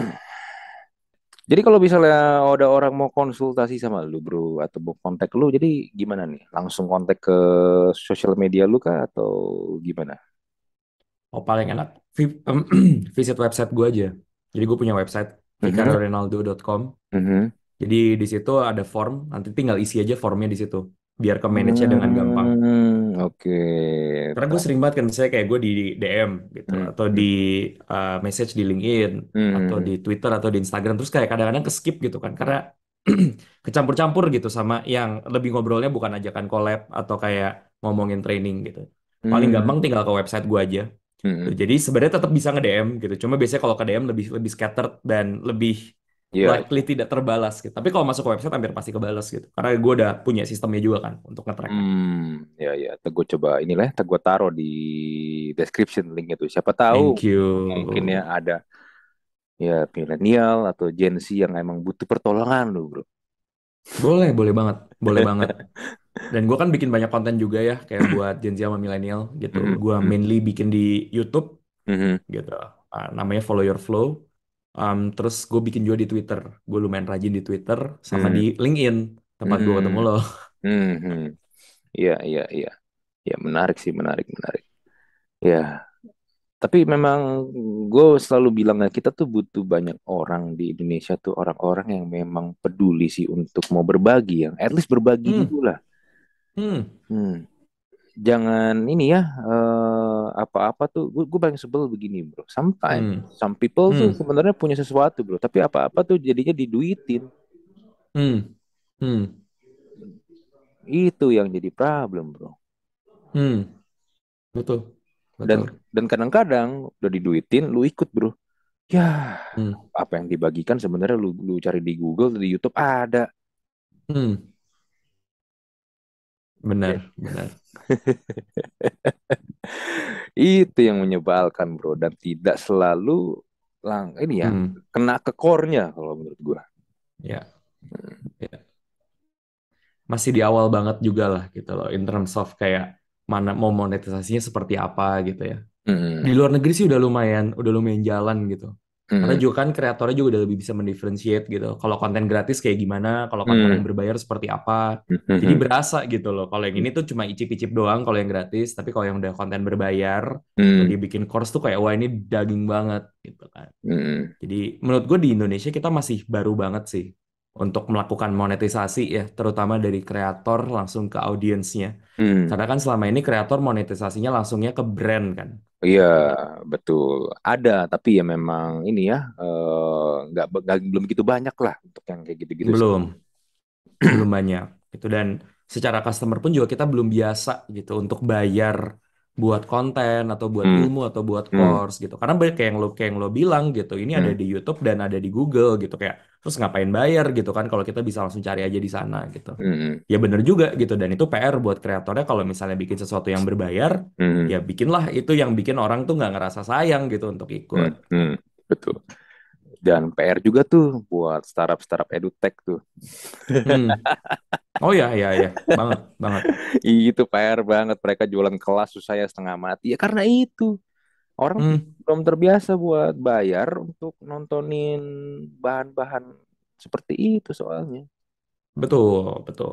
Jadi kalau misalnya ada orang mau konsultasi sama lu bro atau mau kontak lu, jadi gimana nih? Langsung kontak ke sosial media lu kah atau gimana? Oh paling enak visit website gue aja. Jadi gue punya website Mhm, vicariorenaldo.com. mhm. Jadi di situ ada form, nanti tinggal isi aja formnya di situ, biar ke manage-nya dengan gampang. Oke. Karena gue Tak. sering banget kan, misalnya kayak gue di DM gitu, Hmm, atau di hmm, message di LinkedIn, atau di hmm, Twitter, atau di Instagram, terus kayak kadang-kadang ke skip gitu kan, karena kecampur-campur gitu sama yang lebih ngobrolnya bukan ajakan collab atau kayak ngomongin training gitu. Paling hmm, gampang tinggal ke website gue aja. hmm. Jadi sebenarnya tetap bisa nge-DM gitu. Cuma biasanya kalau ke DM lebih lebih scattered dan lebih Iya, likely tidak terbalas gitu. Tapi kalau masuk ke website hampir pasti kebalas gitu. Karena gue udah punya sistemnya juga kan untuk nge-tracknya. ya, ya. Gue coba inilah, gue taruh di description link itu. Siapa tahu Thank mungkin ya you. ada ya milenial atau Gen Z yang emang butuh pertolongan lu, bro. Boleh, boleh banget. Boleh banget. Dan gue kan bikin banyak konten juga ya, kayak buat Gen Z sama milenial gitu. Mhm, Gue mhm, mainly bikin di YouTube mhm, gitu. Namanya Follow Your Flow. Terus gue bikin juga di Twitter. Gue lumayan rajin di Twitter sama di mhm, LinkedIn, tempat gue ketemu mhm, lo. mhm. Iya, iya, iya. Ya menarik sih, menarik, menarik. Ya, tapi memang gue selalu bilang ya kita tuh butuh banyak orang di Indonesia tuh orang-orang yang memang peduli sih untuk mau berbagi yang at least berbagi dulu Hmm, lah. hmm, Hmm. Jangan ini ya apa-apa tuh gue paling sebel begini bro. Sometimes hmm, some people tuh hmm, sebenarnya punya sesuatu bro, tapi apa-apa tuh jadinya diduitin. hmm, hmm, Itu yang jadi problem bro. hmm, betul, Dan betul. dan kadang-kadang udah diduitin lu ikut bro. Ya Hmm, apa yang dibagikan sebenarnya lu cari di Google di YouTube ada. hmm, Ya, benar, benar. Itu yang menyebalkan bro, dan tidak selalu ini ya Hmm, kena ke core-nya kalau menurut gua. ya, ya. Masih di awal banget juga lah gitu loh, in terms of kayak mana mau monetisasinya seperti apa gitu ya. Di Hmm, luar negeri sih udah lumayan jalan gitu. Karena hmm, juga kan kreatornya juga udah lebih bisa mendifferentiate gitu. Kalau konten gratis kayak gimana, kalau konten yang hmm, berbayar seperti apa. hmm, Jadi hmm, berasa gitu loh. Kalau yang ini tuh cuma icip-icip doang kalau yang gratis, tapi kalau yang udah konten berbayar, kalau hmm, dia bikin course tuh kayak wah ini daging banget gitu kan. hmm, Jadi menurut gue di Indonesia kita masih baru banget sih untuk melakukan monetisasi ya, terutama dari kreator langsung ke audiensnya. hmm. Karena kan selama ini kreator monetisasinya langsungnya ke brand kan. Iya, Gitu. betul. Ada, tapi ya memang ini ya, belum begitu banyak lah untuk yang kayak gitu-gitu sih. Belum, belum banyak gitu dan secara customer pun juga kita belum biasa gitu untuk bayar buat konten atau buat Hmm, ilmu atau buat hmm, course gitu. Karena kayak yang lo bilang gitu, ini ada hmm, di YouTube dan ada di Google gitu kayak terus ngapain bayar gitu kan kalau kita bisa langsung cari aja di sana gitu. hmm, Ya bener juga gitu dan itu PR buat kreatornya kalau misalnya bikin sesuatu yang berbayar, hmm, ya bikinlah itu yang bikin orang tuh nggak ngerasa sayang gitu untuk ikut. hmm, hmm, betul. Dan PR juga tuh buat startup-startup edutech tuh. Hmm. Oh ya, ya, ya, banget, banget. Itu PR banget. Mereka jualan kelas susah ya setengah mati. Ya karena itu. Orang Hmm. belum terbiasa buat bayar untuk nontonin bahan-bahan seperti itu soalnya. Betul, betul.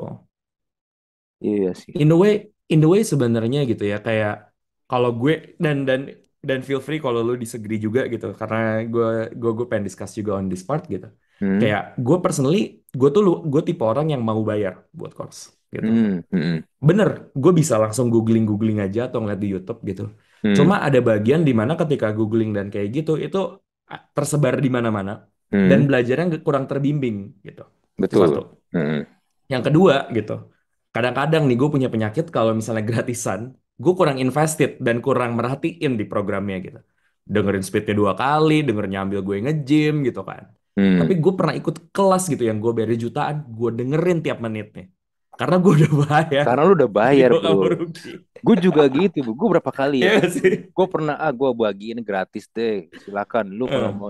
Iya sih. In the way sebenarnya gitu ya kayak kalau gue dan feel free kalau lu disagree juga gitu karena gue pengen discuss juga on this part gitu. Hmm, Kayak gue personally gue tipe orang yang mau bayar buat course gitu. hmm, hmm, Bener, gue bisa langsung googling aja atau ngeliat di YouTube gitu. hmm, Cuma ada bagian di mana ketika googling dan kayak gitu itu tersebar di mana-mana dan hmm, belajarnya kurang terbimbing gitu. Itu satu. betul. Hmm, Yang kedua gitu, kadang-kadang nih gue punya penyakit kalau misalnya gratisan, gue kurang invested dan kurang merhatiin di programnya gitu. Dengerin speednya 2 kali, denger nyambil gue nge-gym gitu kan. Tapi hmm. gue pernah ikut kelas gitu yang gue bayar jutaan, gue dengerin tiap menitnya. Karena gue udah bayar, Karena lu udah jadi bayar, gue gak bro. mau rugi. Gue juga gitu, bro. Gue berapa kali ya? Iya gak sih? Gue pernah, gue bagiin gratis deh. Silakan. Lu kalau Eh. mau,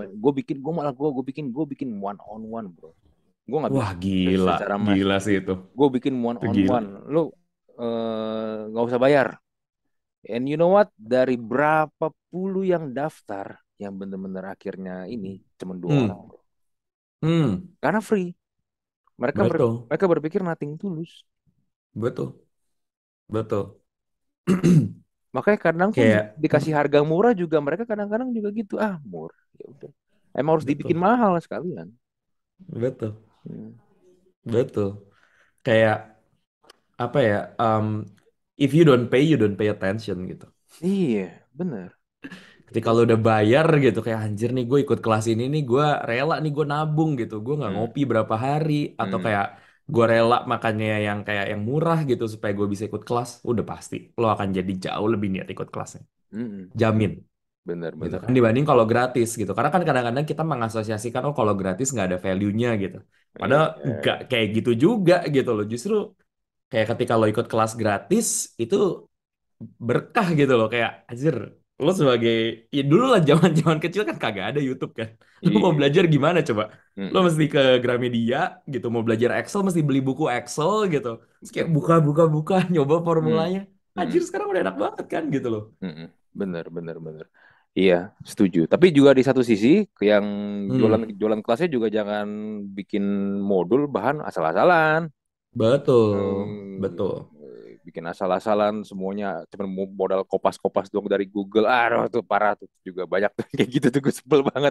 gue bikin one on one, bro. Gue nggak Wah bisa gila, secara gila massive sih gitu. itu. Gue bikin one Itu on gila. one. Lu nggak usah bayar. And you know what? Dari berapa puluh yang daftar, yang bener-bener akhirnya ini cuma 2 orang, Hmm, bro. hmm, Karena free. betul, Mereka berpikir nothing tulus. betul, betul. Makanya kadang pun Kayak, dikasih harga murah juga mereka kadang-kadang juga gitu. Ah, murah. Ya udah. Emang harus dibikin betul, mahal sekalian. betul, Hmm. betul. Kayak apa ya? If you don't pay attention gitu. Iya, bener. Ketika lo udah bayar gitu, kayak anjir nih gue ikut kelas ini nih, gue rela nih gue nabung gitu. Gue nggak Hmm. ngopi berapa hari atau Hmm. kayak gue rela makannya yang kayak yang murah gitu supaya gue bisa ikut kelas. Udah pasti lo akan jadi jauh lebih niat ikut kelasnya. Hmm. Jamin. Bener, Gitu bener, kan bener. dibanding kalau gratis gitu karena kan kadang-kadang kita mengasosiasikan oh kalau gratis nggak ada value-nya gitu Iya, padahal iya, nggak iya. kayak gitu juga gitu loh justru kayak ketika lo ikut kelas gratis itu berkah gitu loh kayak anjir lo sebagai ya dulu lah zaman-zaman kecil kan kagak ada YouTube kan lo mau Iya. belajar gimana coba lo Hmm. mesti ke Gramedia gitu mau belajar Excel mesti beli buku Excel gitu terus kayak buka Betul. buka buka nyoba Hmm. formulanya Hmm. anjir sekarang udah enak banget kan gitu loh. Hmm. Bener, bener, bener. Iya, setuju. Tapi juga di satu sisi, yang jualan Hmm, jualan kelasnya juga jangan bikin modul bahan asal-asalan. betul, Hmm, betul. bikin asal-asalan semuanya cuma modal kopas-kopas doang dari Google. Ah, itu parah tuh juga banyak tuh kayak gitu tuh gue sebel banget.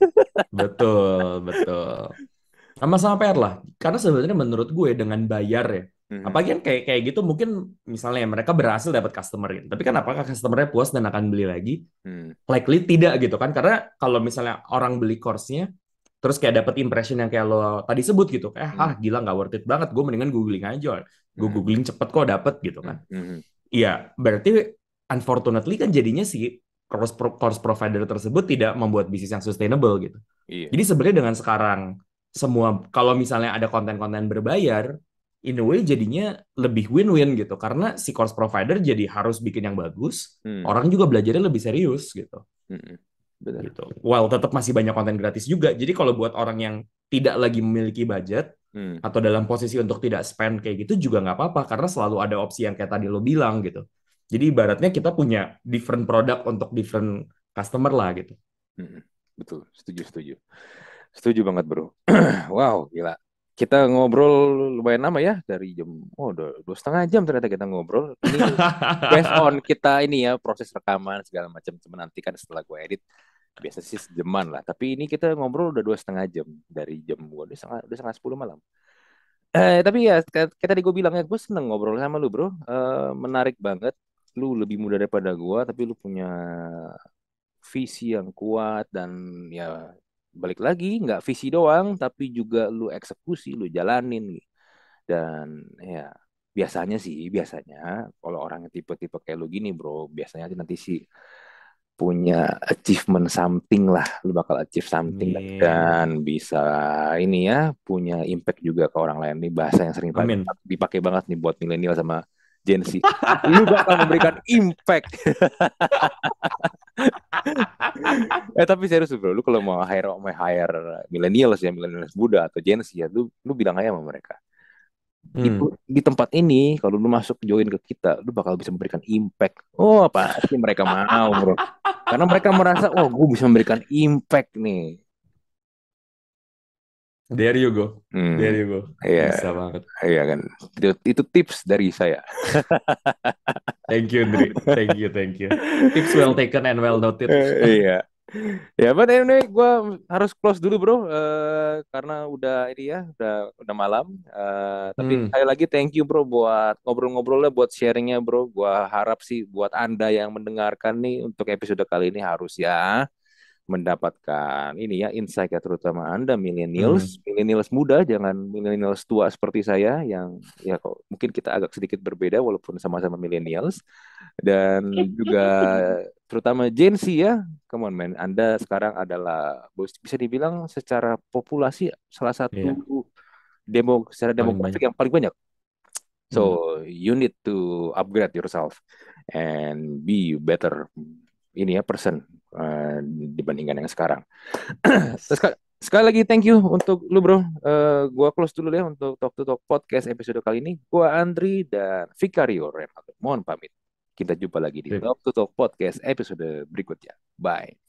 Betul, betul. Sama-sama PR lah. Karena sebenarnya menurut gue dengan bayar ya, Mhm. apalagi kan kayak kayak gitu mungkin misalnya mereka berhasil dapat customer gitu. Tapi kan apakah customernya puas dan akan beli lagi? Hmm. Likely tidak gitu kan. Karena kalau misalnya orang beli course-nya, terus kayak dapat impression yang kayak lo tadi sebut gitu. Kayak, Hmm. gila nggak worth it banget. Gue mendingan googling aja. Gue Hmm. googling cepet kok dapet gitu Hmm. kan. Hmm. Iya, berarti unfortunately kan jadinya si course provider tersebut tidak membuat bisnis yang sustainable gitu. Iya. Jadi sebenarnya dengan sekarang semua kalau misalnya ada konten-konten berbayar, in a way jadinya lebih win-win gitu karena si course provider jadi harus bikin yang bagus, orang juga belajarnya lebih serius gitu. Benar. Gitu. Well, tetap masih banyak konten gratis juga. Jadi kalau buat orang yang tidak lagi memiliki budget atau dalam posisi untuk tidak spend kayak gitu juga nggak apa-apa karena selalu ada opsi yang kayak tadi lo bilang gitu. Jadi ibaratnya kita punya different product untuk different customer lah gitu. Betul, setuju banget bro. Wow, gila. Kita ngobrol lumayan lama ya dari jam, udah 2,5 jam ternyata kita ngobrol. Ini based on kita ini ya proses rekaman segala macam. Cuma nanti kan setelah gue edit biasa sih sejaman lah. Tapi ini kita ngobrol udah 2,5 jam dari jam gue udah setengah 10 malam. Tapi ya kayak tadi gue bilang ya gue seneng ngobrol sama lu bro. Menarik banget. Lu lebih muda daripada gue, tapi lu punya visi yang kuat dan ya balik lagi nggak visi doang tapi juga lu eksekusi lu jalanin dan ya biasanya kalau orang yang tipe-tipe kayak lu gini bro biasanya nanti sih punya achievement something lah lu bakal achieve something Amin. dan bisa ini ya punya impact juga ke orang lain nih bahasa yang sering Amin. dipakai banget nih buat milenial sama Gen Z lu bakal memberikan impact. Tapi serius bro, lu kalau mau hire millennials muda atau Gen Z ya, lu bilang aja sama mereka. Di tempat ini, kalau lu masuk join ke kita, lu bakal bisa memberikan impact. Oh, pasti mereka mau bro. Karena mereka merasa, oh, gue bisa memberikan impact nih. There you go. There Hmm, you go. iya, Bisa banget. iya kan. Itu tips dari saya. Thank you, Ndri. Thank you, thank you. Tips well taken and well noted. Iya. Ya, but anyway, gue harus close dulu bro, karena udah ini ya, udah malam. Tapi Hmm. sekali lagi thank you bro buat ngobrol-ngobrolnya, buat sharingnya bro. Gue harap sih buat Anda yang mendengarkan nih untuk episode kali ini harus ya mendapatkan ini ya insight ya terutama Anda Hmm. millennials muda, jangan millennials tua seperti saya yang ya kok mungkin kita agak sedikit berbeda walaupun sama-sama millennials dan juga terutama Gen Z ya. Come on man, Anda sekarang adalah bisa dibilang secara populasi salah Iya, satu secara paling demografik banyak. yang paling banyak. Hmm. So you need to upgrade yourself and be better ini ya person dibandingkan yang sekarang. Terus Yes. sekali lagi thank you untuk lu bro. Gua close dulu ya untuk Talk to Talk podcast episode kali ini. Gua Andri dan Vicario Renaldo. Mohon pamit. Kita jumpa lagi di Sip. Talk to Talk podcast episode berikutnya. Bye.